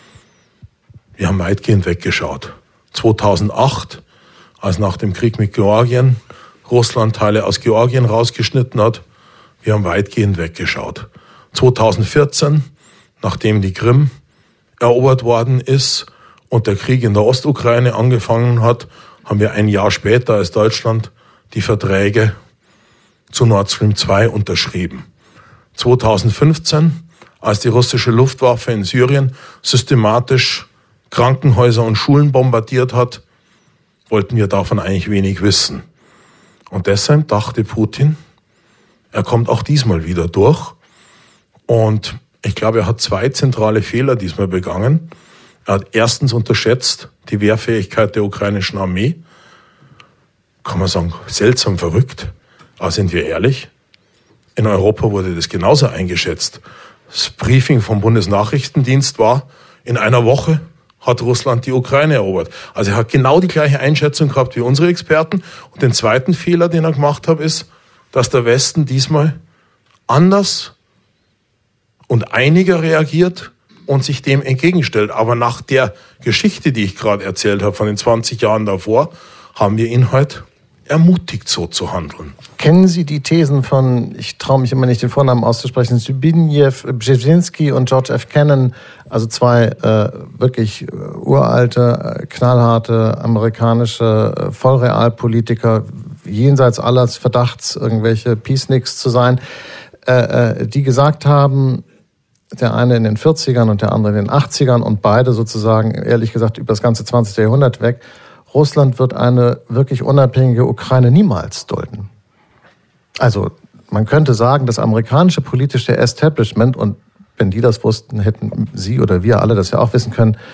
C: Wir haben weitgehend weggeschaut. zweitausendacht, als nach dem Krieg mit Georgien Russland Teile aus Georgien rausgeschnitten hat, wir haben weitgehend weggeschaut. zweitausendvierzehn, nachdem die Krim erobert worden ist und der Krieg in der Ostukraine angefangen hat, haben wir ein Jahr später als Deutschland die Verträge zu Nord Stream zwei unterschrieben. zweitausendfünfzehn, als die russische Luftwaffe in Syrien systematisch Krankenhäuser und Schulen bombardiert hat, wollten wir davon eigentlich wenig wissen. Und deshalb dachte Putin, er kommt auch diesmal wieder durch. Und ich glaube, er hat zwei zentrale Fehler diesmal begangen. Er hat erstens unterschätzt die Wehrfähigkeit der ukrainischen Armee. Kann man sagen, seltsam verrückt. Aber sind wir ehrlich? In Europa wurde das genauso eingeschätzt. Das Briefing vom Bundesnachrichtendienst war, in einer Woche hat Russland die Ukraine erobert. Also er hat genau die gleiche Einschätzung gehabt wie unsere Experten. Und den zweiten Fehler, den er gemacht hat, ist, dass der Westen diesmal anders und einiger reagiert und sich dem entgegenstellt. Aber nach der Geschichte, die ich gerade erzählt habe, von den zwanzig Jahren davor, haben wir ihn halt ermutigt, so zu handeln.
B: Kennen Sie die Thesen von, ich traue mich immer nicht den Vornamen auszusprechen, Zbigniew Brzezinski und George F. Kennan, also zwei äh, wirklich äh, uralte, äh, knallharte amerikanische äh, Vollrealpolitiker, jenseits alles Verdachts, irgendwelche Peaceniks zu sein, äh, äh, die gesagt haben, der eine in den vierzigern und der andere in den achtzigern und beide sozusagen, ehrlich gesagt, über das ganze zwanzigste Jahrhundert weg, Russland wird eine wirklich unabhängige Ukraine niemals dulden. Also man könnte sagen, das amerikanische politische Establishment, und wenn die das wussten, hätten Sie oder wir alle das ja auch wissen können,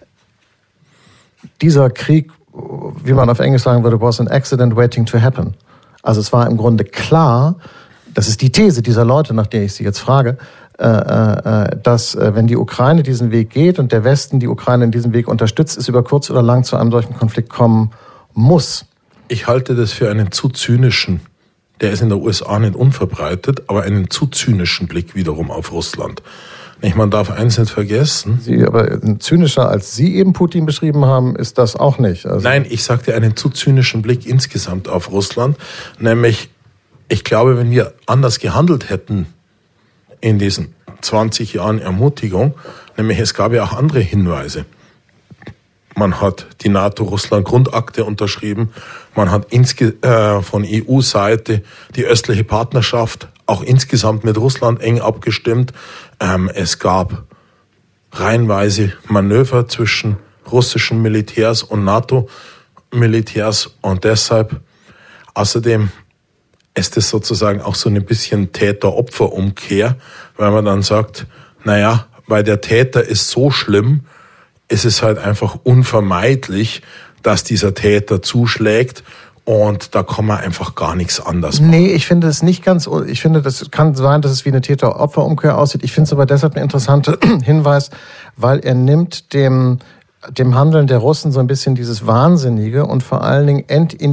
B: dieser Krieg, wie man auf Englisch sagen würde, was an accident waiting to happen. Also es war im Grunde klar, das ist die These dieser Leute, nach der ich Sie jetzt frage, dass wenn die Ukraine diesen Weg geht und der Westen die Ukraine in diesem Weg unterstützt, es über kurz oder lang zu einem solchen Konflikt kommen muss.
C: Ich halte das für einen zu zynischen, der ist in der U S A nicht unverbreitet, aber einen zu zynischen Blick wiederum auf Russland. Man darf eins nicht vergessen.
B: Sie, aber zynischer, als Sie eben Putin beschrieben haben, ist das auch nicht. Also
C: Nein, ich sagte einen zu zynischen Blick insgesamt auf Russland. Nämlich, ich glaube, wenn wir anders gehandelt hätten in diesen zwanzig Jahren Ermutigung, nämlich es gab ja auch andere Hinweise. Man hat die NATO-Russland-Grundakte unterschrieben, man hat insge- äh, von E U-Seite die östliche Partnerschaft auch insgesamt mit Russland eng abgestimmt. Ähm, es gab reihenweise Manöver zwischen russischen Militärs und NATO-Militärs und deshalb Außerdem ist es sozusagen auch so ein bisschen Täter-Opfer-Umkehr, weil man dann sagt, naja, weil der Täter ist so schlimm, ist es halt einfach unvermeidlich, dass dieser Täter zuschlägt. Und da kann man einfach gar nichts anderes machen.
B: Nee, ich finde es nicht ganz, ich finde, das kann sein, dass es wie eine Täter-Opfer-Umkehr aussieht. Ich finde es aber deshalb ein interessanter Hinweis, weil er nimmt dem, dem Handeln der Russen so ein bisschen dieses Wahnsinnige und vor allen Dingen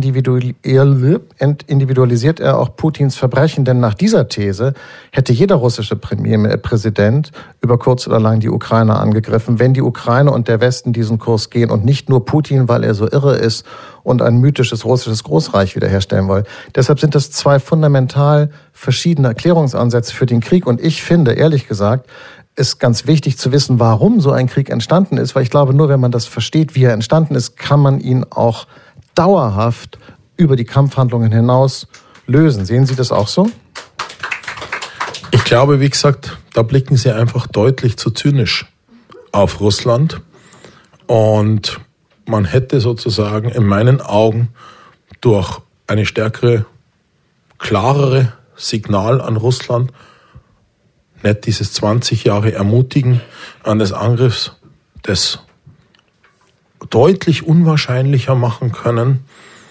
B: entindividualisiert er auch Putins Verbrechen. Denn nach dieser These hätte jeder russische Premierpräsident über kurz oder lang die Ukraine angegriffen, wenn die Ukraine und der Westen diesen Kurs gehen und nicht nur Putin, weil er so irre ist und ein mythisches russisches Großreich wiederherstellen wollen. Deshalb sind das zwei fundamental verschiedene Erklärungsansätze für den Krieg. Und ich finde, ehrlich gesagt, ist ganz wichtig zu wissen, warum so ein Krieg entstanden ist, weil ich glaube, nur wenn man das versteht, wie er entstanden ist, kann man ihn auch dauerhaft über die Kampfhandlungen hinaus lösen. Sehen Sie das auch so?
C: Ich glaube, wie gesagt, da blicken Sie einfach deutlich zu zynisch auf Russland. Und man hätte sozusagen in meinen Augen durch eine stärkere, klarere Signal an Russland nicht dieses zwanzig Jahre Ermutigen an des Angriffs das deutlich unwahrscheinlicher machen können.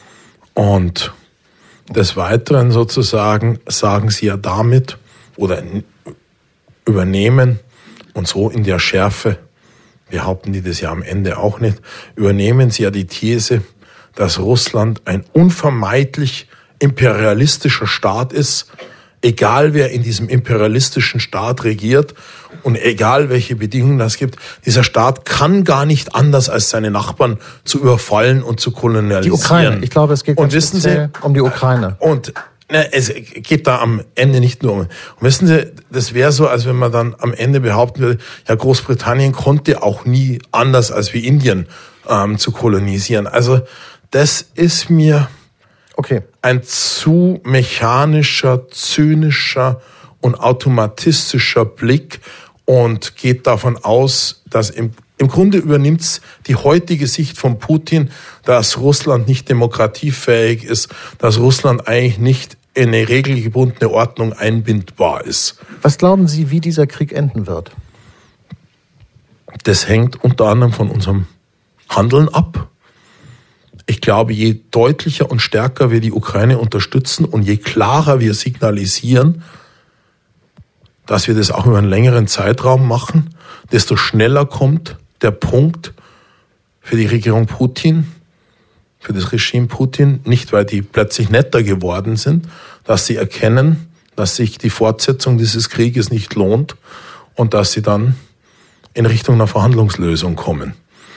C: Und des Weiteren sozusagen sagen sie ja damit oder übernehmen und so in der Schärfe, behaupten die das ja am Ende auch nicht, übernehmen sie ja die These, dass Russland ein unvermeidlich imperialistischer Staat ist, egal wer in diesem imperialistischen Staat regiert und egal welche Bedingungen das gibt, dieser Staat kann gar nicht anders, als seine Nachbarn zu überfallen und zu kolonialisieren.
B: Die Ukraine, ich glaube, es geht ganz
C: wissen Sie,
B: um die Ukraine.
C: Und ne, es geht da am Ende nicht nur um. Und wissen Sie, das wäre so, als wenn man dann am Ende behaupten würde, ja, Großbritannien konnte auch nie anders als wie Indien ähm, zu kolonisieren. Also das ist mir
B: okay.
C: Ein zu mechanischer, zynischer und automatistischer Blick und geht davon aus, dass im, im Grunde übernimmt die heutige Sicht von Putin, dass Russland nicht demokratiefähig ist, dass Russland eigentlich nicht in eine regelgebundene Ordnung einbindbar ist.
B: Was glauben Sie, wie dieser Krieg enden wird?
C: Das hängt unter anderem von unserem Handeln ab. Ich glaube, je deutlicher und stärker wir die Ukraine unterstützen und je klarer wir signalisieren, dass wir das auch über einen längeren Zeitraum machen, desto schneller kommt der Punkt für die Regierung Putin, für das Regime Putin, nicht weil die plötzlich netter geworden sind, dass sie erkennen, dass sich die Fortsetzung dieses Krieges nicht lohnt und dass sie dann in Richtung einer Verhandlungslösung kommen.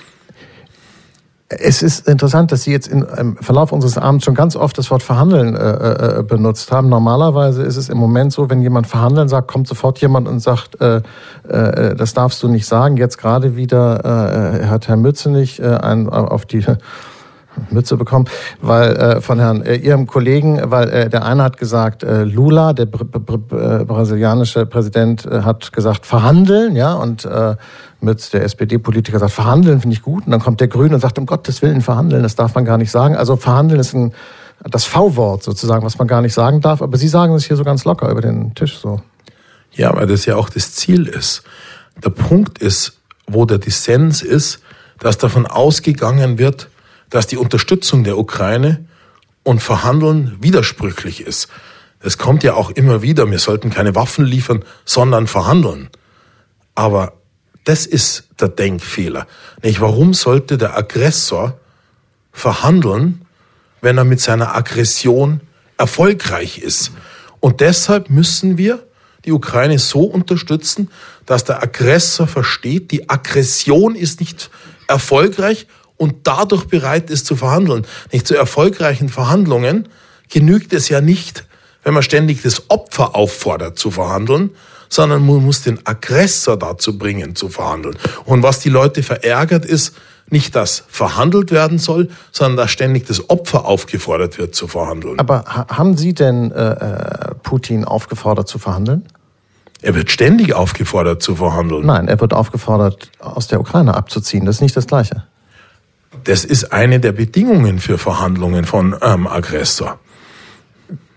B: Es ist interessant, dass Sie jetzt im Verlauf unseres Abends schon ganz oft das Wort Verhandeln äh, äh, benutzt haben. Normalerweise ist es im Moment so, wenn jemand Verhandeln sagt, kommt sofort jemand und sagt, äh, äh, das darfst du nicht sagen. Jetzt gerade wieder äh, hat Herr Mützenich äh, einen auf die Mütze bekommen, weil äh, von Herrn äh, Ihrem Kollegen, weil äh, der eine hat gesagt, äh, Lula, der br- br- br- brasilianische Präsident, äh, hat gesagt verhandeln, ja, und äh, Mütz, der S P D-Politiker, sagt verhandeln finde ich gut, und dann kommt der Grüne und sagt, um Gottes Willen verhandeln, das darf man gar nicht sagen. Also verhandeln ist ein das V-Wort sozusagen, was man gar nicht sagen darf, aber Sie sagen es hier so ganz locker über den Tisch so.
C: Ja, weil das ja auch das Ziel ist. Der Punkt ist, wo der Dissens ist, dass davon ausgegangen wird, dass die Unterstützung der Ukraine und Verhandeln widersprüchlich ist. Das kommt ja auch immer wieder, wir sollten keine Waffen liefern, sondern verhandeln. Aber das ist der Denkfehler. Nicht? Warum sollte der Aggressor verhandeln, wenn er mit seiner Aggression erfolgreich ist? Und deshalb müssen wir die Ukraine so unterstützen, dass der Aggressor versteht, die Aggression ist nicht erfolgreich und dadurch bereit ist zu verhandeln. Nicht zu erfolgreichen Verhandlungen genügt es ja nicht, wenn man ständig das Opfer auffordert zu verhandeln, sondern man muss den Aggressor dazu bringen zu verhandeln. Und was die Leute verärgert ist, nicht, dass verhandelt werden soll, sondern dass ständig das Opfer aufgefordert wird zu verhandeln.
B: Aber ha- haben Sie denn äh, Putin aufgefordert zu verhandeln?
C: Er wird ständig aufgefordert zu verhandeln.
B: Nein, er wird aufgefordert, aus der Ukraine abzuziehen. Das ist nicht das Gleiche.
C: Das ist eine der Bedingungen für Verhandlungen von ähm, Aggressor.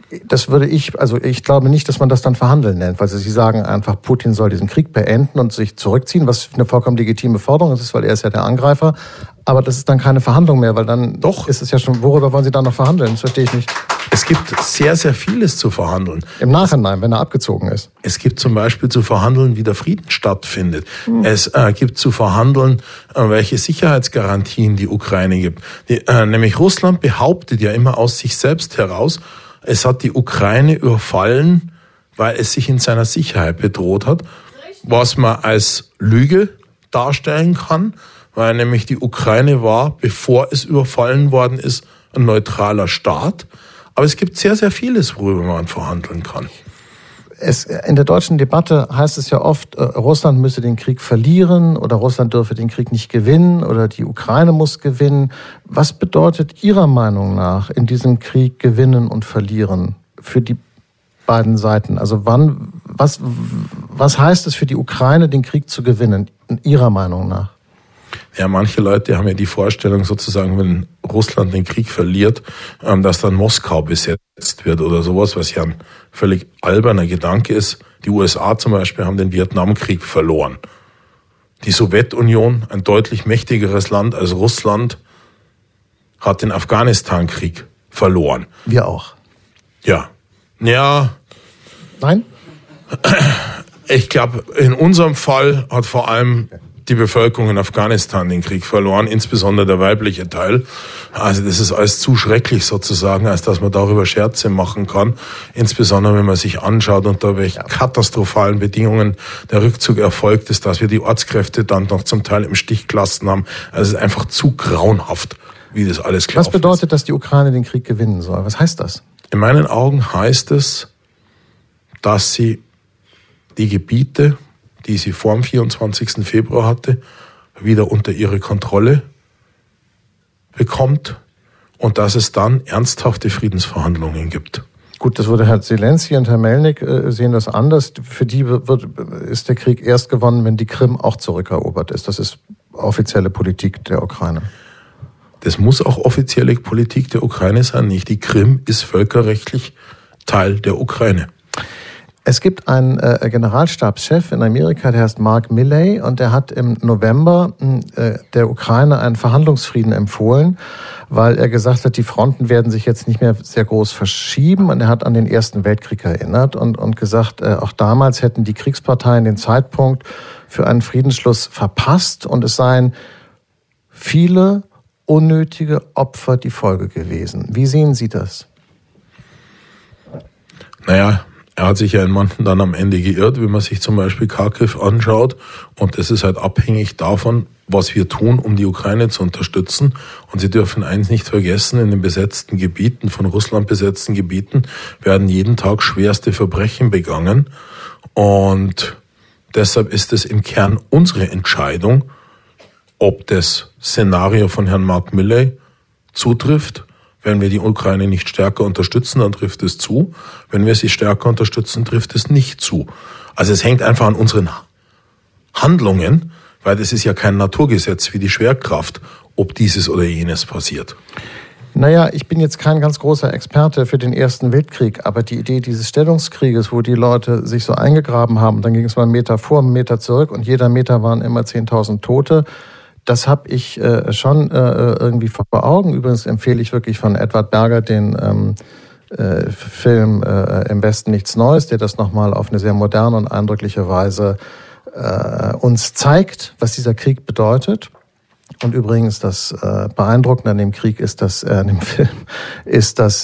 B: Das würde ich, also ich glaube nicht, dass man das dann verhandeln nennt, weil Sie sagen einfach, Putin soll diesen Krieg beenden und sich zurückziehen, was eine vollkommen legitime Forderung ist, weil er ist ja der Angreifer. Aber das ist dann keine Verhandlung mehr, weil dann
C: Doch.
B: ist es ja schon, worüber wollen Sie dann noch verhandeln? Das verstehe ich nicht.
C: Es gibt sehr, sehr vieles zu verhandeln.
B: Im Nachhinein, wenn er abgezogen ist.
C: Es gibt zum Beispiel zu verhandeln, wie der Frieden stattfindet. Hm. Es äh, gibt zu verhandeln, äh, welche Sicherheitsgarantien die Ukraine gibt. Die, äh, nämlich Russland behauptet ja immer aus sich selbst heraus, es hat die Ukraine überfallen, weil es sich in seiner Sicherheit bedroht hat, was man als Lüge darstellen kann, weil nämlich die Ukraine war, bevor es überfallen worden ist, ein neutraler Staat. Aber es gibt sehr, sehr vieles, worüber man verhandeln kann.
B: Es, in der deutschen Debatte heißt es ja oft, äh, Russland müsse den Krieg verlieren oder Russland dürfe den Krieg nicht gewinnen oder die Ukraine muss gewinnen. Was bedeutet Ihrer Meinung nach in diesem Krieg gewinnen und verlieren für die beiden Seiten? Also wann, was, was heißt es für die Ukraine, den Krieg zu gewinnen, in Ihrer Meinung nach?
C: Ja, manche Leute haben ja die Vorstellung sozusagen, wenn Russland den Krieg verliert, dass dann Moskau besetzt wird oder sowas, was ja ein völlig alberner Gedanke ist. Die U S A zum Beispiel haben den Vietnamkrieg verloren. Die Sowjetunion, ein deutlich mächtigeres Land als Russland, hat den Afghanistan-Krieg verloren.
B: Wir auch.
C: Ja. Ja.
B: Nein?
C: Ich glaube, in unserem Fall hat vor allem die Bevölkerung in Afghanistan den Krieg verloren, insbesondere der weibliche Teil. Also das ist alles zu schrecklich sozusagen, als dass man darüber Scherze machen kann. Insbesondere wenn man sich anschaut, unter welchen katastrophalen Bedingungen der Rückzug erfolgt ist, dass wir die Ortskräfte dann noch zum Teil im Stich gelassen haben. Also es ist einfach zu grauenhaft, wie das alles gelaufen ist.
B: Was bedeutet, dass die Ukraine den Krieg gewinnen soll? Was heißt das?
C: In meinen Augen heißt es, dass sie die Gebiete, die sie vor dem vierundzwanzigsten Februar hatte, wieder unter ihre Kontrolle bekommt und dass es dann ernsthafte Friedensverhandlungen gibt.
B: Gut, das würde Herr Zelensky und Herr Melnik äh, sehen das anders. Für die wird, ist der Krieg erst gewonnen, wenn die Krim auch zurückerobert ist. Das ist offizielle Politik der Ukraine.
C: Das muss auch offizielle Politik der Ukraine sein, nicht? Die Krim ist völkerrechtlich Teil der Ukraine.
B: Es gibt einen äh, Generalstabschef in Amerika, der heißt Mark Milley, und der hat im November äh, der Ukraine einen Verhandlungsfrieden empfohlen, weil er gesagt hat, die Fronten werden sich jetzt nicht mehr sehr groß verschieben, und er hat an den Ersten Weltkrieg erinnert und, und gesagt, äh, auch damals hätten die Kriegsparteien den Zeitpunkt für einen Friedensschluss verpasst und es seien viele unnötige Opfer die Folge gewesen. Wie sehen Sie das?
C: Naja, er hat sich ja in manchen dann am Ende geirrt, wenn man sich zum Beispiel Kharkiv anschaut. Und das ist halt abhängig davon, was wir tun, um die Ukraine zu unterstützen. Und Sie dürfen eins nicht vergessen, in den besetzten Gebieten, von Russland besetzten Gebieten, werden jeden Tag schwerste Verbrechen begangen. Und deshalb ist es im Kern unsere Entscheidung, ob das Szenario von Herrn Mark Milley zutrifft. Wenn wir die Ukraine nicht stärker unterstützen, dann trifft es zu. Wenn wir sie stärker unterstützen, trifft es nicht zu. Also es hängt einfach an unseren Handlungen, weil das ist ja kein Naturgesetz wie die Schwerkraft, ob dieses oder jenes passiert.
B: Naja, ich bin jetzt kein ganz großer Experte für den Ersten Weltkrieg, aber die Idee dieses Stellungskrieges, wo die Leute sich so eingegraben haben, dann ging es mal einen Meter vor, einen Meter zurück und jeder Meter waren immer zehntausend Tote. Das habe ich äh, schon äh, irgendwie vor Augen. Übrigens empfehle ich wirklich von Edward Berger den ähm, äh, Film äh, Im Westen nichts Neues, der das nochmal auf eine sehr moderne und eindrückliche Weise äh, uns zeigt, was dieser Krieg bedeutet. Und übrigens das äh, Beeindruckende an dem Krieg ist, dass äh, an dem Film ist, dass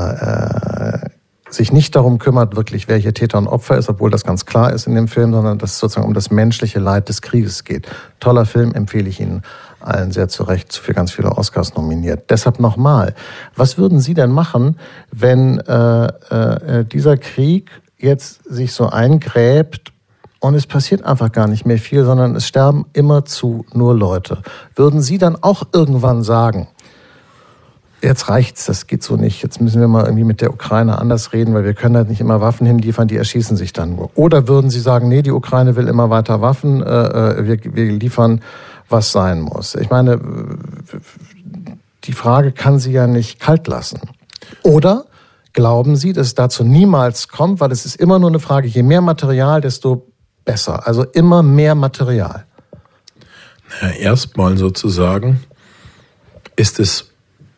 B: er äh, sich nicht darum kümmert, wirklich wer hier Täter und Opfer ist, obwohl das ganz klar ist in dem Film, sondern dass es sozusagen um das menschliche Leid des Krieges geht. Toller Film, empfehle ich Ihnen allen sehr zu Recht, für ganz viele Oscars nominiert. Deshalb nochmal, was würden Sie denn machen, wenn äh, äh, dieser Krieg jetzt sich so eingräbt und es passiert einfach gar nicht mehr viel, sondern es sterben immerzu nur Leute? Würden Sie dann auch irgendwann sagen, jetzt reicht's, das geht so nicht. Jetzt müssen wir mal irgendwie mit der Ukraine anders reden, weil wir können halt nicht immer Waffen hinliefern, die erschießen sich dann nur. Oder würden Sie sagen, nee, die Ukraine will immer weiter Waffen, äh, wir, wir liefern, was sein muss? Ich meine, die Frage kann Sie ja nicht kalt lassen. Oder glauben Sie, dass es dazu niemals kommt? Weil es ist immer nur eine Frage, je mehr Material, desto besser. Also immer mehr Material.
C: Ja, erstmal sozusagen ist es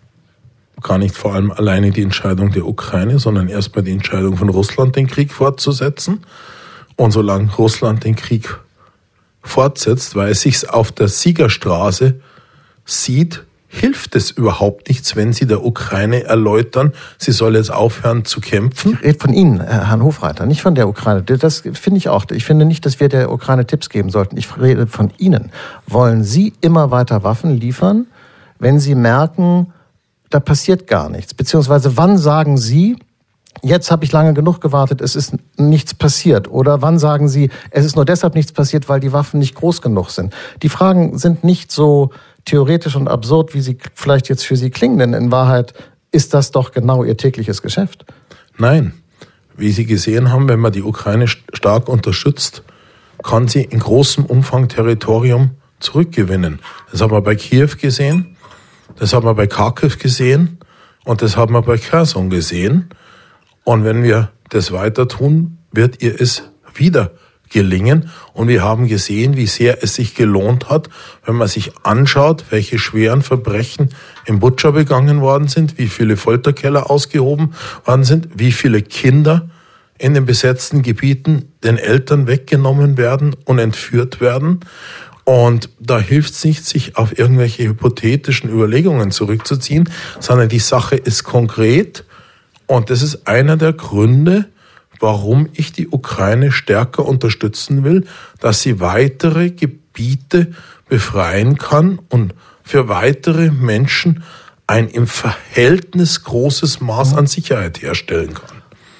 C: gar nicht vor allem alleine die Entscheidung der Ukraine, sondern erstmal die Entscheidung von Russland, den Krieg fortzusetzen. Und solange Russland den Krieg fortsetzt, weil es sich auf der Siegerstraße sieht, hilft es überhaupt nichts, wenn Sie der Ukraine erläutern, sie soll jetzt aufhören zu kämpfen.
B: Ich rede von Ihnen, Herrn Hofreiter, nicht von der Ukraine. Das finde ich auch. Ich finde nicht, dass wir der Ukraine Tipps geben sollten. Ich rede von Ihnen. Wollen Sie immer weiter Waffen liefern, wenn Sie merken, da passiert gar nichts? Beziehungsweise wann sagen Sie, jetzt habe ich lange genug gewartet, es ist nichts passiert? Oder wann sagen Sie, es ist nur deshalb nichts passiert, weil die Waffen nicht groß genug sind? Die Fragen sind nicht so theoretisch und absurd, wie sie vielleicht jetzt für Sie klingen, denn in Wahrheit ist das doch genau Ihr tägliches Geschäft.
C: Nein, wie Sie gesehen haben, wenn man die Ukraine stark unterstützt, kann sie in großem Umfang Territorium zurückgewinnen. Das haben wir bei Kiew gesehen, das haben wir bei Kharkiv gesehen und das haben wir bei Cherson gesehen. Und wenn wir das weiter tun, wird ihr es wieder gelingen. Und wir haben gesehen, wie sehr es sich gelohnt hat, wenn man sich anschaut, welche schweren Verbrechen in Butscha begangen worden sind, wie viele Folterkeller ausgehoben worden sind, wie viele Kinder in den besetzten Gebieten den Eltern weggenommen werden und entführt werden. Und da hilft es nicht, sich auf irgendwelche hypothetischen Überlegungen zurückzuziehen, sondern die Sache ist konkret. Und das ist einer der Gründe, warum ich die Ukraine stärker unterstützen will, dass sie weitere Gebiete befreien kann und für weitere Menschen ein im Verhältnis großes Maß an Sicherheit herstellen kann.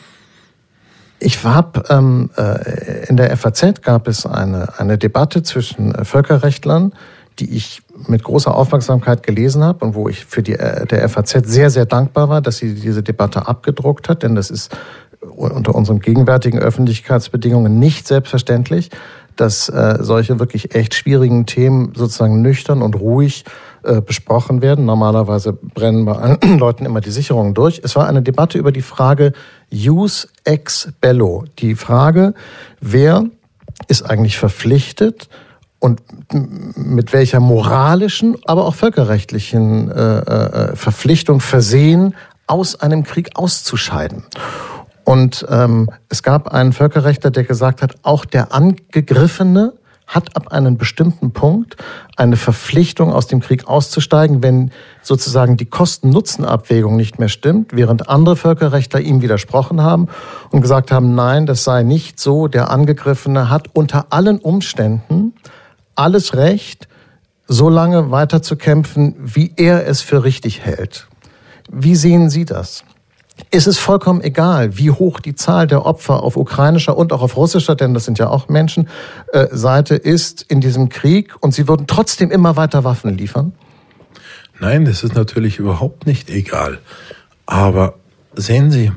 B: Ich habe ähm, äh, in der F A Z gab es eine eine Debatte zwischen äh, Völkerrechtlern, die ich mit großer Aufmerksamkeit gelesen habe und wo ich für die äh, der F A Z sehr sehr dankbar war, dass sie diese Debatte abgedruckt hat, denn das ist unter unseren gegenwärtigen Öffentlichkeitsbedingungen nicht selbstverständlich, dass äh, solche wirklich echt schwierigen Themen sozusagen nüchtern und ruhig äh, besprochen werden. Normalerweise brennen bei allen Leuten immer die Sicherungen durch. Es war eine Debatte über die Frage Jus ex bello. Die Frage, wer ist eigentlich verpflichtet und mit welcher moralischen, aber auch völkerrechtlichen äh, äh, Verpflichtung versehen, aus einem Krieg auszuscheiden. Und ähm, es gab einen Völkerrechtler, der gesagt hat, auch der Angegriffene hat ab einem bestimmten Punkt eine Verpflichtung, aus dem Krieg auszusteigen, wenn sozusagen die Kosten-Nutzen-Abwägung nicht mehr stimmt, während andere Völkerrechtler ihm widersprochen haben und gesagt haben, nein, das sei nicht so, der Angegriffene hat unter allen Umständen alles Recht, so lange weiter zu kämpfen, wie er es für richtig hält. Wie sehen Sie das? Ist es vollkommen egal, wie hoch die Zahl der Opfer auf ukrainischer und auch auf russischer, denn das sind ja auch Menschen, äh, Seite ist in diesem Krieg und sie würden trotzdem immer weiter Waffen liefern?
C: Nein, das ist natürlich überhaupt nicht egal. Aber sehen Sie,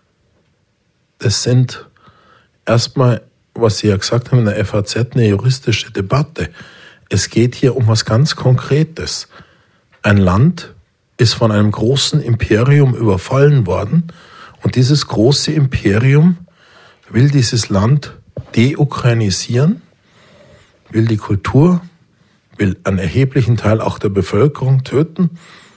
C: es sind erstmal, was Sie ja gesagt haben in der F A Z, eine juristische Debatte. Es geht hier um was ganz Konkretes. Ein Land ist von einem großen Imperium überfallen worden und dieses große Imperium will dieses Land deukrainisieren, will die Kultur, will einen erheblichen Teil auch der Bevölkerung töten,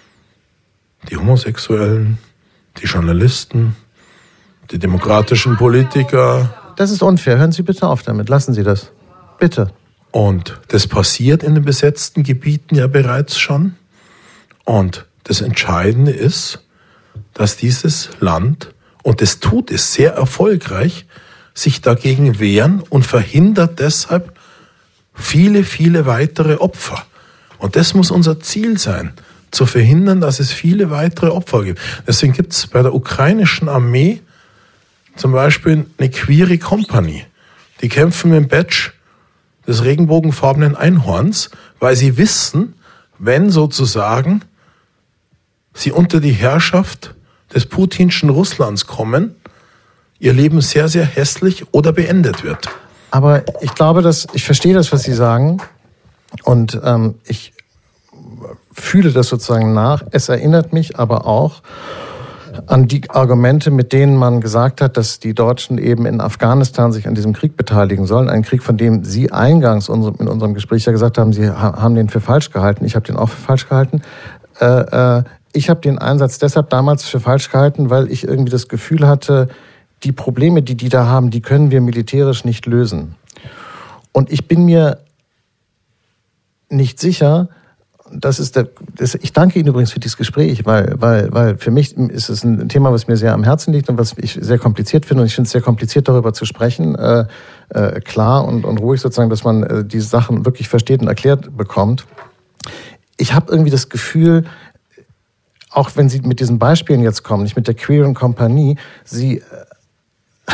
C: die Homosexuellen, die Journalisten, die demokratischen Politiker.
B: Das ist unfair. Hören Sie bitte auf damit. Lassen Sie das. Bitte.
C: Und das passiert in den besetzten Gebieten ja bereits schon. Und das Entscheidende ist, dass dieses Land, und es tut es sehr erfolgreich, sich dagegen wehren und verhindert deshalb viele, viele weitere Opfer. Und das muss unser Ziel sein, zu verhindern, dass es viele weitere Opfer gibt. Deswegen gibt es bei der ukrainischen Armee zum Beispiel eine Query Company. Die kämpfen mit dem Badge des regenbogenfarbenen Einhorns, weil sie wissen, wenn sozusagen sie unter die Herrschaft des putinschen Russlands kommen, ihr Leben sehr, sehr hässlich oder beendet wird.
B: Aber ich glaube, dass ich verstehe das, was Sie sagen, und ähm, ich fühle das sozusagen nach. Es erinnert mich aber auch an die Argumente, mit denen man gesagt hat, dass die Deutschen eben in Afghanistan sich an diesem Krieg beteiligen sollen. Ein Krieg, von dem Sie eingangs in unserem Gespräch ja gesagt haben, Sie haben den für falsch gehalten. Ich habe den auch für falsch gehalten. Ich habe den Einsatz deshalb damals für falsch gehalten, weil ich irgendwie das Gefühl hatte, die Probleme, die die da haben, die können wir militärisch nicht lösen. Und ich bin mir nicht sicher, das ist der, das, ich danke Ihnen übrigens für dieses Gespräch, weil, weil, weil für mich ist es ein Thema, was mir sehr am Herzen liegt und was ich sehr kompliziert finde. Und ich finde es sehr kompliziert, darüber zu sprechen, äh, äh, klar und, und ruhig sozusagen, dass man äh, diese Sachen wirklich versteht und erklärt bekommt. Ich habe irgendwie das Gefühl, auch wenn Sie mit diesen Beispielen jetzt kommen, nicht mit der Queeren Kompanie, Sie, äh,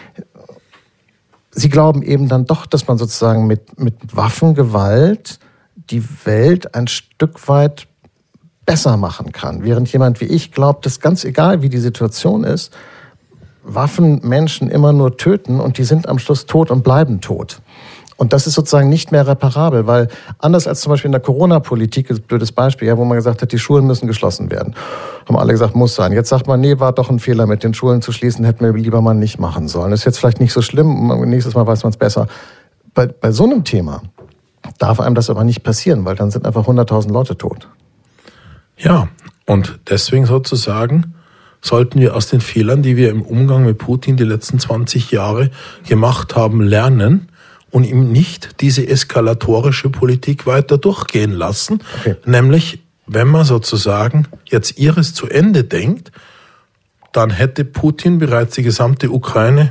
B: Sie glauben eben dann doch, dass man sozusagen mit, mit Waffengewalt die Welt ein Stück weit besser machen kann. Während jemand wie ich glaubt, dass ganz egal, wie die Situation ist, Waffen Menschen immer nur töten und die sind am Schluss tot und bleiben tot. Und das ist sozusagen nicht mehr reparabel, weil anders als zum Beispiel in der Corona-Politik, ist ein blödes Beispiel, ja, wo man gesagt hat, die Schulen müssen geschlossen werden. Haben alle gesagt, muss sein. Jetzt sagt man, nee, war doch ein Fehler, mit den Schulen zu schließen, hätten wir lieber mal nicht machen sollen. Das ist jetzt vielleicht nicht so schlimm, nächstes Mal weiß man es besser. Bei, bei so einem Thema darf einem das aber nicht passieren, weil dann sind einfach hunderttausend Leute tot.
C: Ja, und deswegen sozusagen sollten wir aus den Fehlern, die wir im Umgang mit Putin die letzten zwanzig Jahre gemacht haben, lernen und ihm nicht diese eskalatorische Politik weiter durchgehen lassen. Okay. Nämlich, wenn man sozusagen jetzt ihres zu Ende denkt, dann hätte Putin bereits die gesamte Ukraine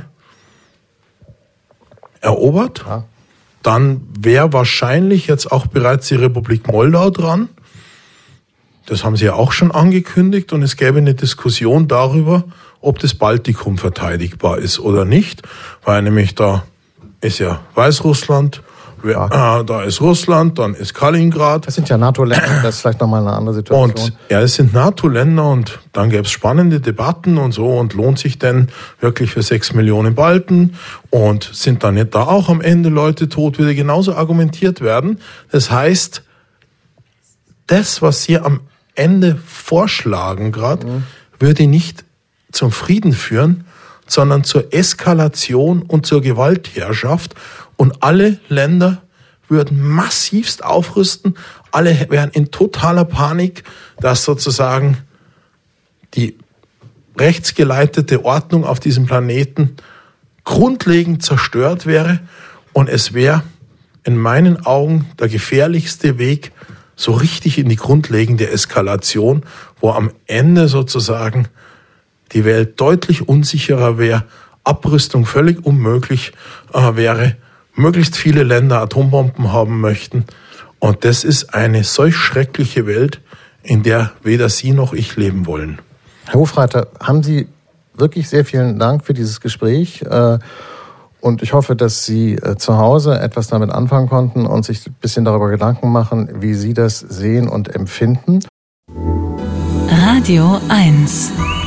C: erobert. Ja. Dann wäre wahrscheinlich jetzt auch bereits die Republik Moldau dran. Das haben sie ja auch schon angekündigt. Und es gäbe eine Diskussion darüber, ob das Baltikum verteidigbar ist oder nicht. Weil nämlich da ist ja Weißrussland, ja. äh, da ist Russland, dann ist Kaliningrad.
B: Das sind ja NATO-Länder, das ist vielleicht nochmal eine andere Situation.
C: Und ja, es sind NATO-Länder und dann gäbe es spannende Debatten und so. Und lohnt sich denn wirklich für sechs Millionen Balten? Und sind dann nicht da auch am Ende Leute tot, würde genauso argumentiert werden. Das heißt, das, was Sie am Ende vorschlagen gerade, mhm. würde nicht zum Frieden führen, sondern zur Eskalation und zur Gewaltherrschaft. Und alle Länder würden massivst aufrüsten. Alle wären in totaler Panik, dass sozusagen die rechtsgeleitete Ordnung auf diesem Planeten grundlegend zerstört wäre. Und es wäre in meinen Augen der gefährlichste Weg so richtig in die grundlegende Eskalation, wo am Ende sozusagen die Welt deutlich unsicherer wäre, Abrüstung völlig unmöglich äh, wäre, möglichst viele Länder Atombomben haben möchten. Und das ist eine solch schreckliche Welt, in der weder Sie noch ich leben wollen.
B: Herr Hofreiter, haben Sie wirklich sehr vielen Dank für dieses Gespräch. Und ich hoffe, dass Sie zu Hause etwas damit anfangen konnten und sich ein bisschen darüber Gedanken machen, wie Sie das sehen und empfinden.
A: Radio eins